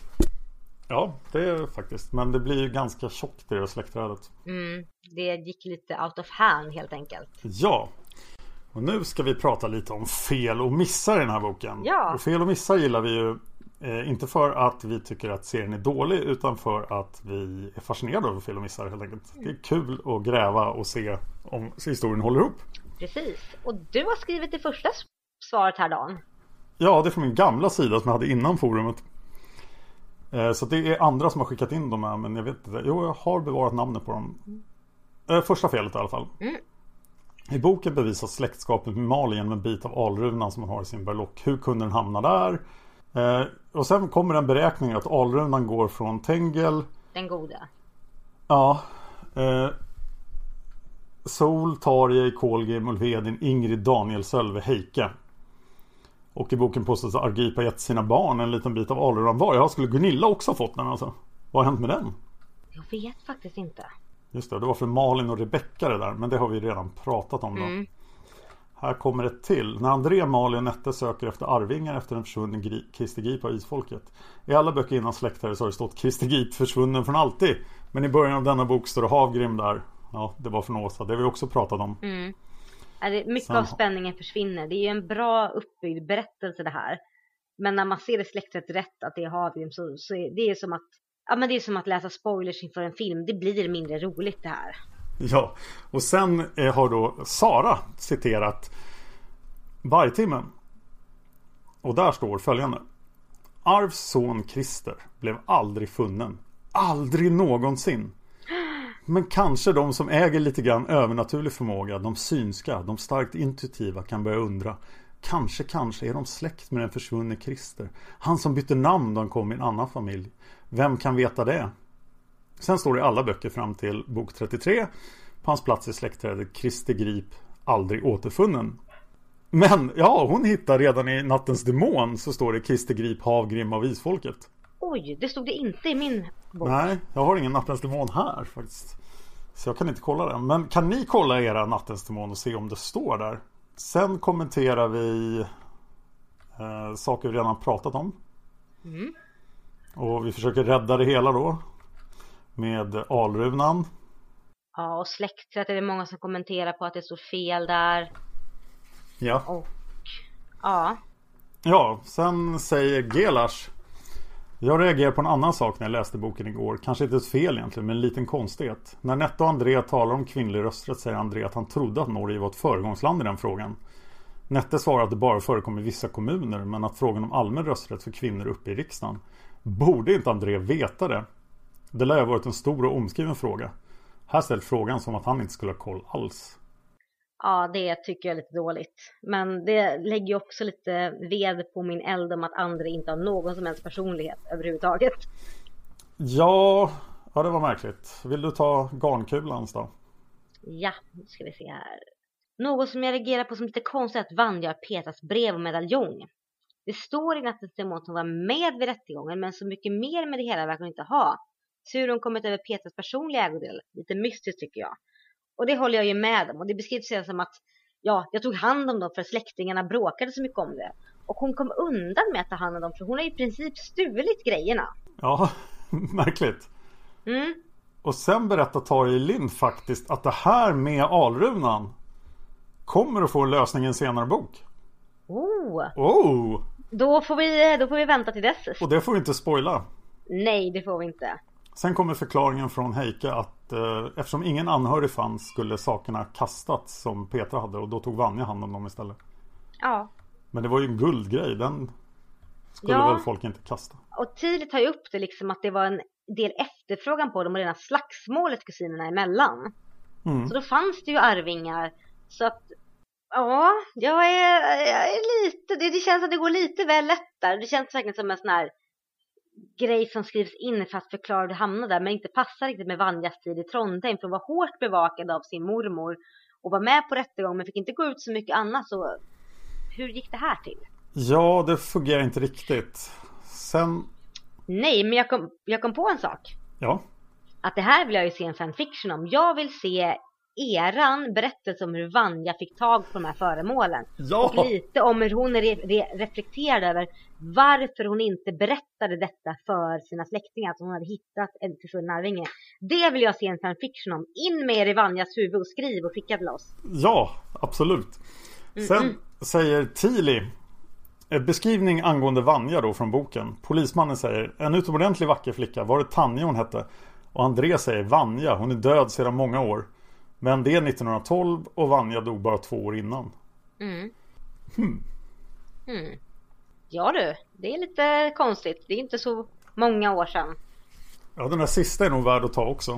Ja, det är faktiskt. Men det blir ju ganska tjockt i det släktträdet. Det gick lite out of hand helt enkelt. Ja. Och nu ska vi prata lite om fel och missar i den här boken. Ja. Och fel och missar gillar vi ju inte för att vi tycker att serien är dålig utan för att vi är fascinerade av fel och missar helt enkelt. Det är kul att gräva och se om historien håller ihop. Precis. Och du har skrivit det första svaret här, Dan. Ja, det är från min gamla sida som jag hade innan forumet. Så det är andra som har skickat in dem här, men jag vet inte. Jo, jag har bevarat namnet på dem. Första felet i alla fall. I boken bevisas släktskapet med Mali genom en bit av alrunan som man har i sin berlock. Hur kunde den hamna där? Och sen kommer en beräkning att alrunan går från Tengel. Den goda. Ja. Sol, Tarjei, Kolgrim, Ulvedin, Ingrid, Daniel, Sölve, Heike. Och i boken påstås att Argipa gett sina barn en liten bit av alrunan var. Jag skulle Gunilla också ha fått den alltså. Vad har hänt med den? Jag vet faktiskt inte. Just det var för Malin och Rebecca det där. Men det har vi redan pratat om då. Här kommer ett till. När André, Malin och Nette söker efter arvingar efter en försvunnen Kristi Grip av isfolket. I alla böcker innan släktare så har det stått Kristi Grip försvunnen från alltid. Men i början av denna bok står det Havgrim där. Ja, det var från Åsa. Det har vi också pratat om. Mycket av spänningen försvinner. Det är ju en bra uppbyggd berättelse det här. Men när man ser det släktet rätt att det är Havgrim så är det som att men det är som att läsa spoilers inför en film. Det blir mindre roligt det här. Ja, och sen har då Sara citerat Vargtimmen. Och där står följande. Arvs son Christer blev aldrig funnen. Aldrig någonsin. Men kanske de som äger lite grann övernaturlig förmåga, de synska, de starkt intuitiva kan börja undra. Kanske är de släkt med den försvunne Christer. Han som bytte namn då han kom i en annan familj. Vem kan veta det? Sen står det i alla böcker fram till bok 33. På hans plats i släktträdet Kristi Grip aldrig återfunnen. Men ja, hon hittar redan i Nattens demon så står det Kristi Grip Havgrim av isfolket. Oj, det stod det inte i min bok. Nej, jag har ingen Nattens demon här faktiskt. Så jag kan inte kolla den. Men kan ni kolla era Nattens demon och se om det står där? Sen kommenterar vi saker vi redan pratat om. Och vi försöker rädda det hela då. Med alrunan. Ja, och släktträdet är det många som kommenterar på att det står fel där. Ja. Och ja. Ja, sen säger Gelash. Jag reagerar på en annan sak när jag läste boken igår. Kanske inte ett fel egentligen, men en liten konstighet. När Nette och André talar om kvinnlig rösträtt säger André att han trodde att Norge var ett föregångsland i den frågan. Nette svarar att det bara förekommer i vissa kommuner, men att frågan om allmän rösträtt för kvinnor är uppe i riksdagen. Borde inte André veta det? Det lär ha varit en stor och omskriven fråga. Här ställs frågan som att han inte skulle ha koll alls. Ja, det tycker jag är lite dåligt. Men det lägger också lite ved på min eld om att André inte har någon som helst personlighet överhuvudtaget. Ja, det var märkligt. Vill du ta garnkulans då? Ja, nu ska vi se här. Något som jag reagerar på som lite konstigt är att Vanja har Petras brev och medaljong. Det står i Nattens demon som var med vid rättegången, men så mycket mer med det hela verkar hon inte ha. Så hur hon kommit över Petras personliga ägodel. Lite mystiskt tycker jag. Och det håller jag ju med om. Och det beskrivs sedan som att jag tog hand om dem för släktingarna bråkade så mycket om det. Och hon kom undan med att ta hand om dem för hon har i princip stulit grejerna. Ja, märkligt. Och sen berättar Tarje Lind faktiskt att det här med Alrunan kommer att få en lösning i en senare bok. Då får vi vänta till dess. Och det får vi inte spoila. Nej, det får vi inte. Sen kommer förklaringen från Heike att eftersom ingen anhörig fanns skulle sakerna kastats som Petra hade och då tog Vanja hand om dem istället. Ja. Men det var ju en guldgrej, den skulle väl folk inte kasta. Och tidigt tar ju upp det liksom att det var en del efterfrågan på dem och rena slagsmålet kusinerna emellan. Så då fanns det ju arvingar. Så att jag är lite, det känns att det går lite väl lättare. Det känns verkligen som en sån här grej som skrivs in för att förklara hur det hamnar där, men inte passar riktigt med Vanjas tid i Trondheim, för hon var hårt bevakad av sin mormor och var med på rättegång men fick inte gå ut så mycket annat. Så hur gick det här till? Ja, det fungerar inte riktigt. Sen... Nej, men jag kom på en sak. Ja. Att det här vill jag ju se en fanfiction om. Jag vill se eran berättelse om hur Vanja fick tag på de här föremålen. Ja. Och lite om hur hon reflekterade över varför hon inte berättade detta för sina släktingar, att hon hade hittat en försvunnen arvinge. Det vill jag se en fanfiction om. In med er i Vanjas huvud och skriv och skicka till oss. Ja, absolut. Sen säger Tili beskrivning angående Vanja då från boken. Polismannen säger: en utomordentlig vacker flicka, var det Tanja hon hette? Och André säger: Vanja, hon är död sedan många år. Men det är 1912 och Vanja dog bara 2 år innan. Ja du, det är lite konstigt. Det är inte så många år sedan. Ja, den här sista är nog värd att ta också.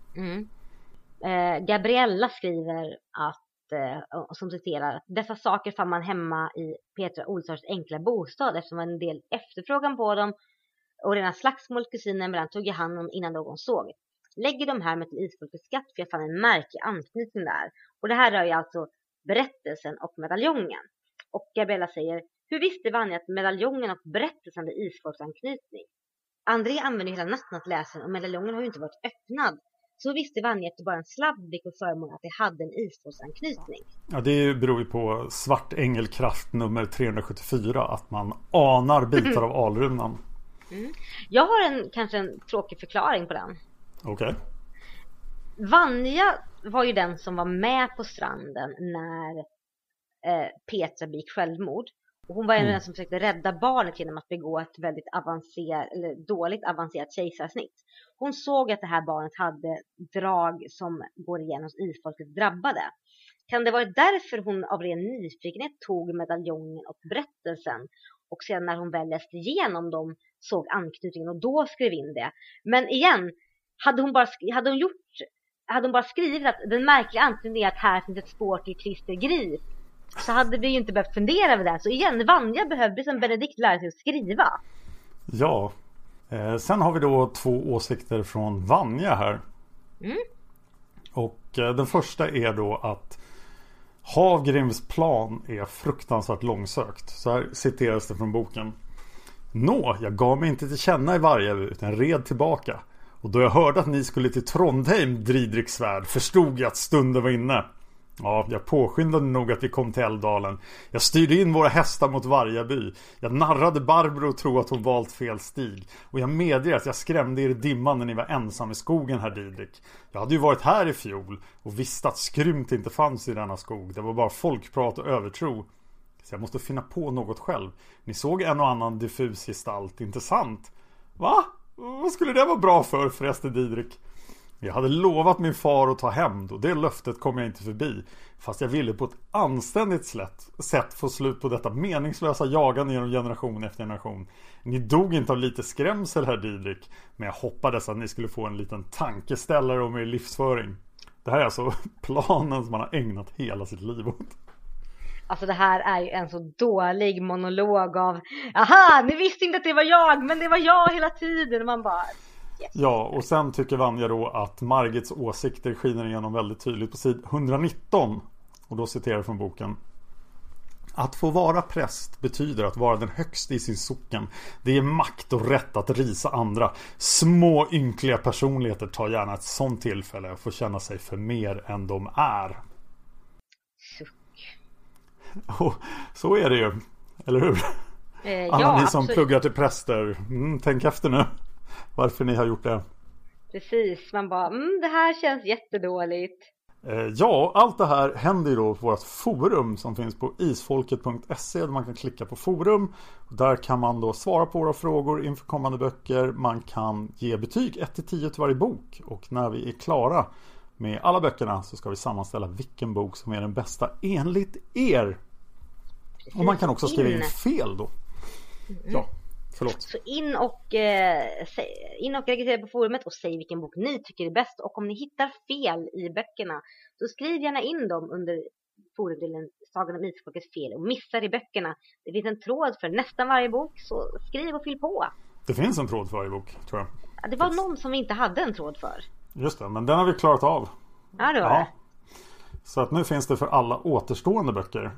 Gabriella skriver att som citerar: dessa saker fann man hemma i Petra Olssons enkla bostad eftersom en del efterfrågan på dem och rena slagsmål kusinen mellan tog jag hand om innan någon såg. Lägger de här med till Isfolkets skatt för jag fann en märklig anknytning där. Och det här rör ju alltså berättelsen och medaljongen. Och Gabriella säger: hur visste Vanja att medaljongen och berättelsen hade Isfolks anknytning? André använde hela natten att läsa den och medaljongen har ju inte varit öppnad. Så visste Vanja efter bara en slabbblick och förmån att det hade en Isfolksanknytning. Ja, det beror ju på Svart Ängelkraft nummer 374 att man anar bitar av Alrunan. Jag har kanske en tråkig förklaring på den. Okej. Vanja var ju den som var med på stranden när Petra begick självmord. Och hon var den som försökte rädda barnet genom att begå ett väldigt dåligt avancerat kejsarsnitt. Hon såg att det här barnet hade drag som går igen hos Isfolket drabbade. Kan det vara därför hon av ren nyfikenhet tog medaljongen och berättelsen? Och sen när hon väl läste igenom dem såg anknytningen och då skrev in det. Men igen, hade hon bara skrivit att den märkliga anknytningen är att här finns ett spår till Christer Grip, så hade vi ju inte behövt fundera över det. Så igen, Vanja behövde som Benedikt lära sig att skriva. Ja. Sen har vi då 2 åsikter från Vanja här. Och den första är då att Havgrims plan är fruktansvärt långsökt. Så här citeras det från boken. Nå, jag gav mig inte till känna i Vargavy utan red tillbaka. Och då jag hörde att ni skulle till Trondheim, Dridrik Svärd, förstod jag att stunden var inne. Ja, jag påskyndade nog att vi kom till Älvdalen. Jag styrde in våra hästar mot Vargaby. Jag narrade Barbro och tro att hon valt fel stig. Och jag medger att jag skrämde er i dimman när ni var ensam i skogen, herr Didrik. Jag hade ju varit här i fjol och visste att skrymt inte fanns i denna skog. Det var bara folkprat och övertro. Så jag måste finna på något själv. Ni såg en och annan diffus gestalt, inte sant? Va? Vad skulle det vara bra för förresten, Didrik? Jag hade lovat min far att ta hämnd och det löftet kom jag inte förbi. Fast jag ville på ett anständigt sätt få slut på detta meningslösa jagande genom generation efter generation. Ni dog inte av lite skrämsel, herr Didrik. Men jag hoppades att ni skulle få en liten tankeställare om er livsföring. Det här är alltså planen som man har ägnat hela sitt liv åt. Alltså det här är ju en så dålig monolog av: aha, ni visste inte att det var jag, men det var jag hela tiden. Man bara... Yes. Ja, och sen tycker Vanja då att Margits åsikter skiner igenom väldigt tydligt på sid 119. Och då citerar jag från boken. Att få vara präst betyder att vara den högste i sin socken. Det är makt och rätt att risa andra. Små ynkliga personligheter tar gärna ett sånt tillfälle att få känna sig för mer än de är. Och så är det ju, eller hur? Alla ni som absolut. pluggar till präster, tänk efter nu varför ni har gjort det. Precis, man bara, det här känns jättedåligt. Ja, allt det här händer ju då på vårt forum som finns på isfolket.se, där man kan klicka på forum. Där kan man då svara på våra frågor inför kommande böcker. Man kan ge betyg 1-10 till varje bok. Och när vi är klara med alla böckerna så ska vi sammanställa vilken bok som är den bästa enligt er. Och man kan också skriva in fel då. Ja, förlåt. Så in och registrera på forumet och säg vilken bok ni tycker är bäst. Och om ni hittar fel i böckerna, så skriv gärna in dem under forumdelen Sagan om Isfolkets fel och missar i böckerna. Det finns en tråd för nästan varje bok, så skriv och fyll på. Det finns en tråd för varje bok, tror jag. Ja, det var någon som vi inte hade en tråd för. Just det, men den har vi klarat av. Ja, det var det. Så att nu finns det för alla återstående böcker.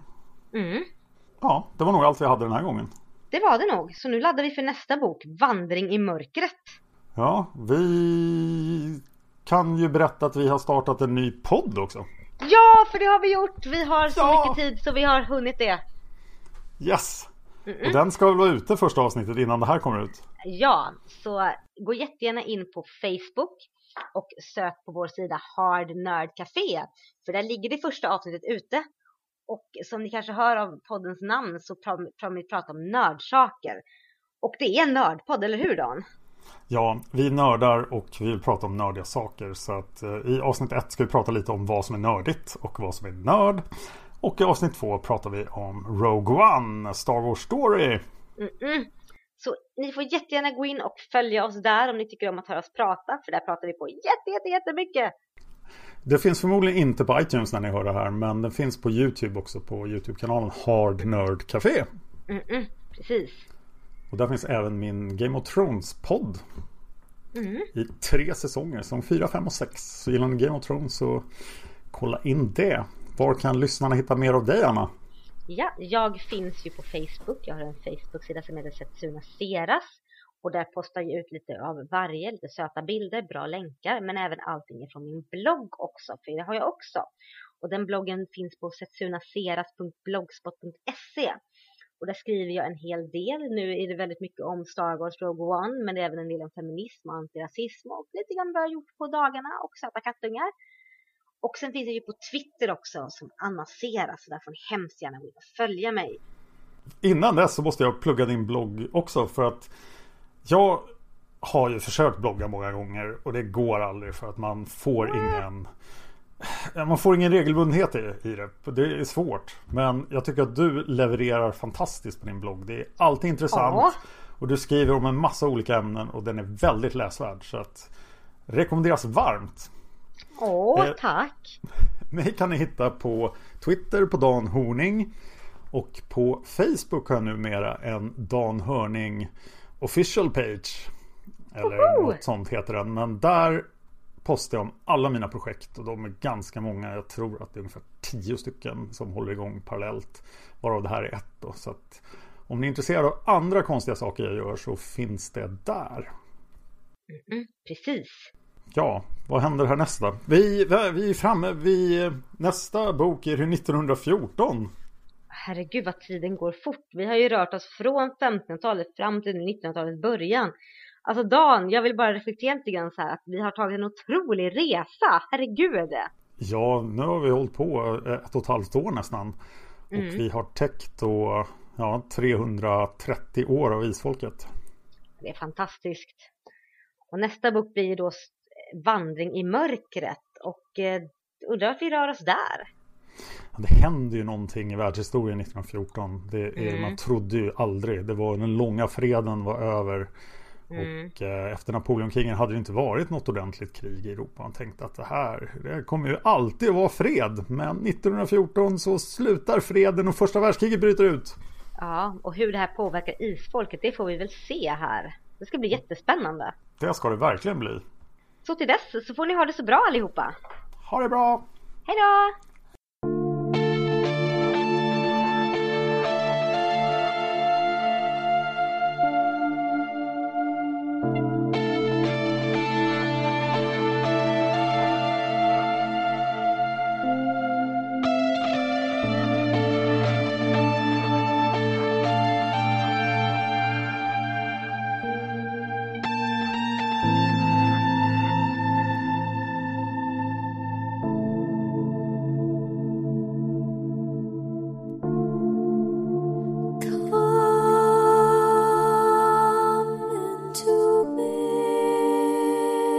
Ja, det var nog allt vi hade den här gången. Det var det nog. Så nu laddar vi för nästa bok, Vandring i mörkret. Ja, vi kan ju berätta att vi har startat en ny podd också. Ja, för det har vi gjort. Vi har så mycket tid så vi har hunnit det. Yes. Och den ska väl vara ute första avsnittet innan det här kommer ut. Ja, så gå jättegärna in på Facebook och sök på vår sida Hard Nerd Café. För där ligger det första avsnittet ute. Och som ni kanske hör av poddens namn så vi prata om nördsaker. Och det är en nördpodd, eller hur Dan? Ja, vi nördar och vi vill prata om nördiga saker. Så att i avsnitt 1 ska vi prata lite om vad som är nördigt och vad som är nörd. Och i avsnitt 2 pratar vi om Rogue One, Star Wars Story. Så ni får jättegärna gå in och följa oss där om ni tycker om att höra oss prata. För där pratar vi på jättemycket. Det finns förmodligen inte på iTunes när ni hör det här, men den finns på YouTube också, på YouTube-kanalen Hard Nerd Café. Precis. Och där finns även min Game of Thrones-podd. I 3 säsonger, som 4, 5 och 6. Så gillar ni Game of Thrones så kolla in det. Var kan lyssnarna hitta mer av dig, Anna? Ja, jag finns ju på Facebook. Jag har en Facebook-sida som heter Setsuna Seras. Och där postar jag ut lite av varje, lite söta bilder, bra länkar. Men även allting från min blogg också, för det har jag också. Och den bloggen finns på setsunaseras.blogspot.se. Och där skriver jag en hel del. Nu är det väldigt mycket om Star Wars Rogue One, men det är även en del om feminism och antirasism. Och lite grann vad jag har gjort på dagarna och söta kattungar. Och sen finns jag ju på Twitter också som Anna Seras. Så där får ni hemskt gärna gå in och följa mig. Innan dess så måste jag plugga din blogg också, för att jag har ju försökt blogga många gånger och det går aldrig för att man får ingen regelbundenhet i det. Det är svårt. Men jag tycker att du levererar fantastiskt på din blogg. Det är alltid intressant. Och du skriver om en massa olika ämnen och den är väldigt läsvärd. Så att rekommenderas varmt. Tack. Mig kan ni hitta på Twitter på Dan Horning. Och på Facebook har jag numera en Dan Hörning official page. Eller något sånt heter den. Men där postar jag om alla mina projekt. Och de är ganska många. Jag tror att det är ungefär 10 stycken som håller igång parallellt. Varav det här är 1 då. Så att om ni är intresserade av andra konstiga saker jag gör så finns det där. Precis. Ja, vad händer här nästa? Vi är framme vid nästa bok är 1914. Herregud vad tiden går fort. Vi har ju rört oss från 1500-talet fram till 1900-talets början. Alltså Dan, jag vill bara reflektera lite grann så här att vi har tagit en otrolig resa. Herregud. Ja, nu har vi hållit på 1,5 år nästan. Och vi har täckt då 330 år av isfolket. Det är fantastiskt. Och nästa bok blir då Vandring i mörkret. Och undrar att vi rör oss där. Det hände ju någonting i världshistorien 1914. Man trodde ju aldrig. Det var den långa freden var över. Och efter Napoleonkrigen hade det inte varit något ordentligt krig i Europa. Man tänkte att det kommer ju alltid att vara fred. Men 1914 så slutar freden och första världskriget bryter ut. Ja, och hur det här påverkar isfolket, det får vi väl se här. Det ska bli jättespännande. Det ska det verkligen bli. Så till dess så får ni ha det så bra allihopa. Ha det bra! Hej då!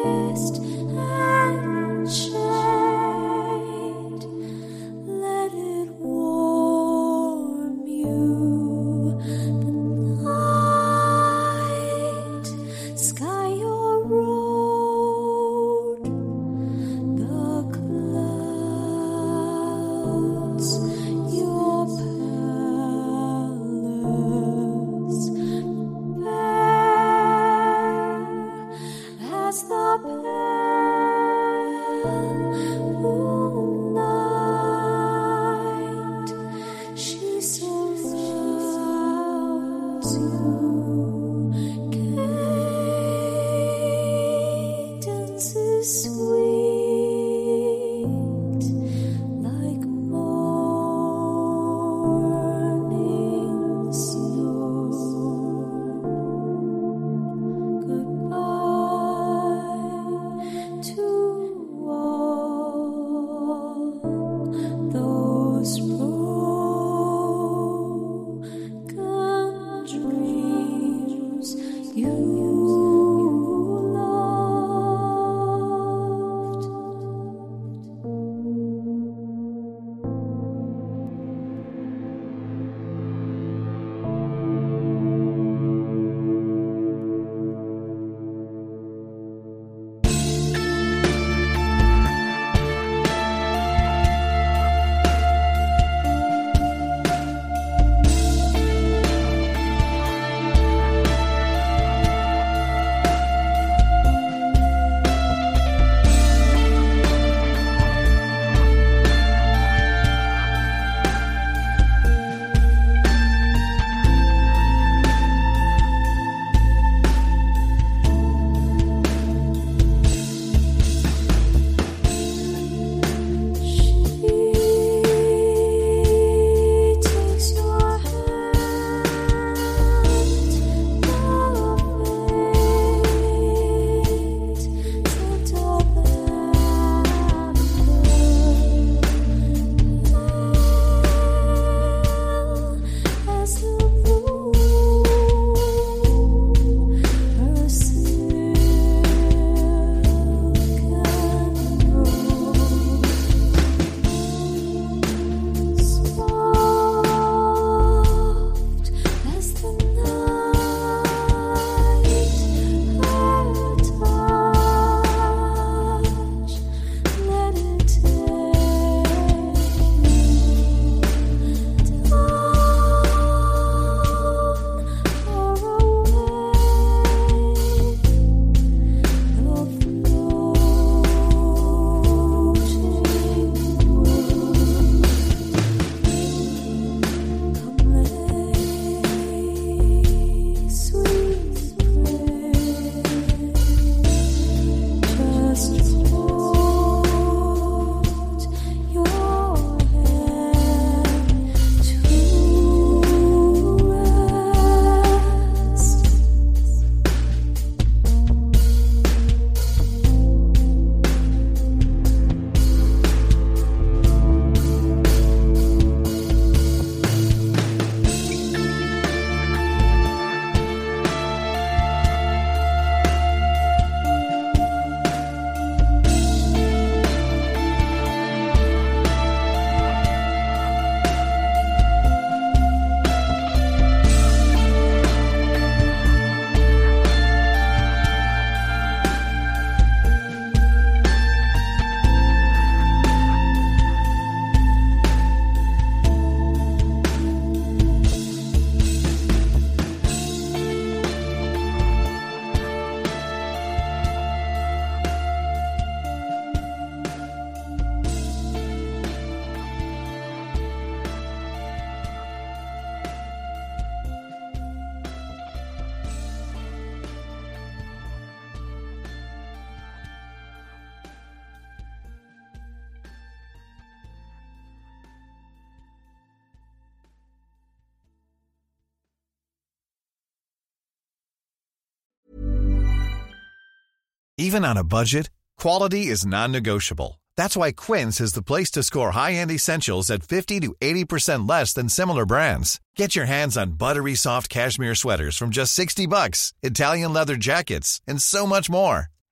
Even on a budget, quality is non-negotiable. That's why Quince is the place to score high-end essentials at 50 to 80% less than similar brands. Get your hands on buttery soft cashmere sweaters from just $60, Italian leather jackets, and so much more.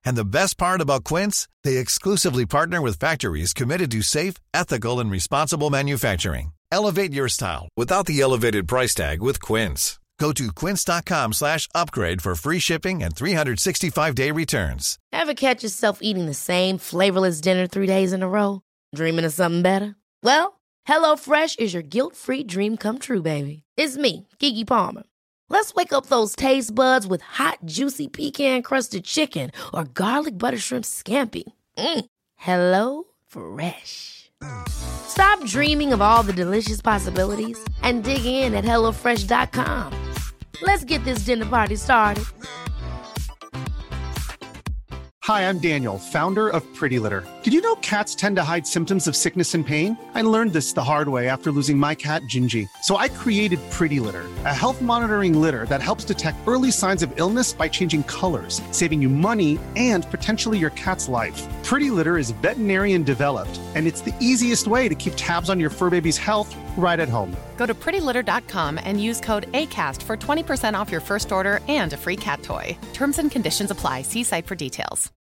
And the best part about Quince, they exclusively partner with factories committed to safe, ethical, and responsible manufacturing. Elevate your style without the elevated price tag with Quince. Go to quince.com/upgrade for free shipping and 365-day returns. Ever catch yourself eating the same flavorless dinner 3 days in a row? Dreaming of something better? Well, HelloFresh is your guilt-free dream come true, baby. It's me, Keke Palmer. Let's wake up those taste buds with hot, juicy pecan-crusted chicken or garlic butter shrimp scampi. Hello Fresh. Stop dreaming of all the delicious possibilities and dig in at HelloFresh.com. Let's get this dinner party started. Hi, I'm Daniel, founder of Pretty Litter. Did you know cats tend to hide symptoms of sickness and pain? I learned this the hard way after losing my cat, Gingy. So I created Pretty Litter, a health monitoring litter that helps detect early signs of illness by changing colors, saving you money and potentially your cat's life. Pretty Litter is veterinarian developed, and it's the easiest way to keep tabs on your fur baby's health right at home. Go to prettylitter.com and use code ACAST for 20% off your first order and a free cat toy. Terms and conditions apply. See site for details.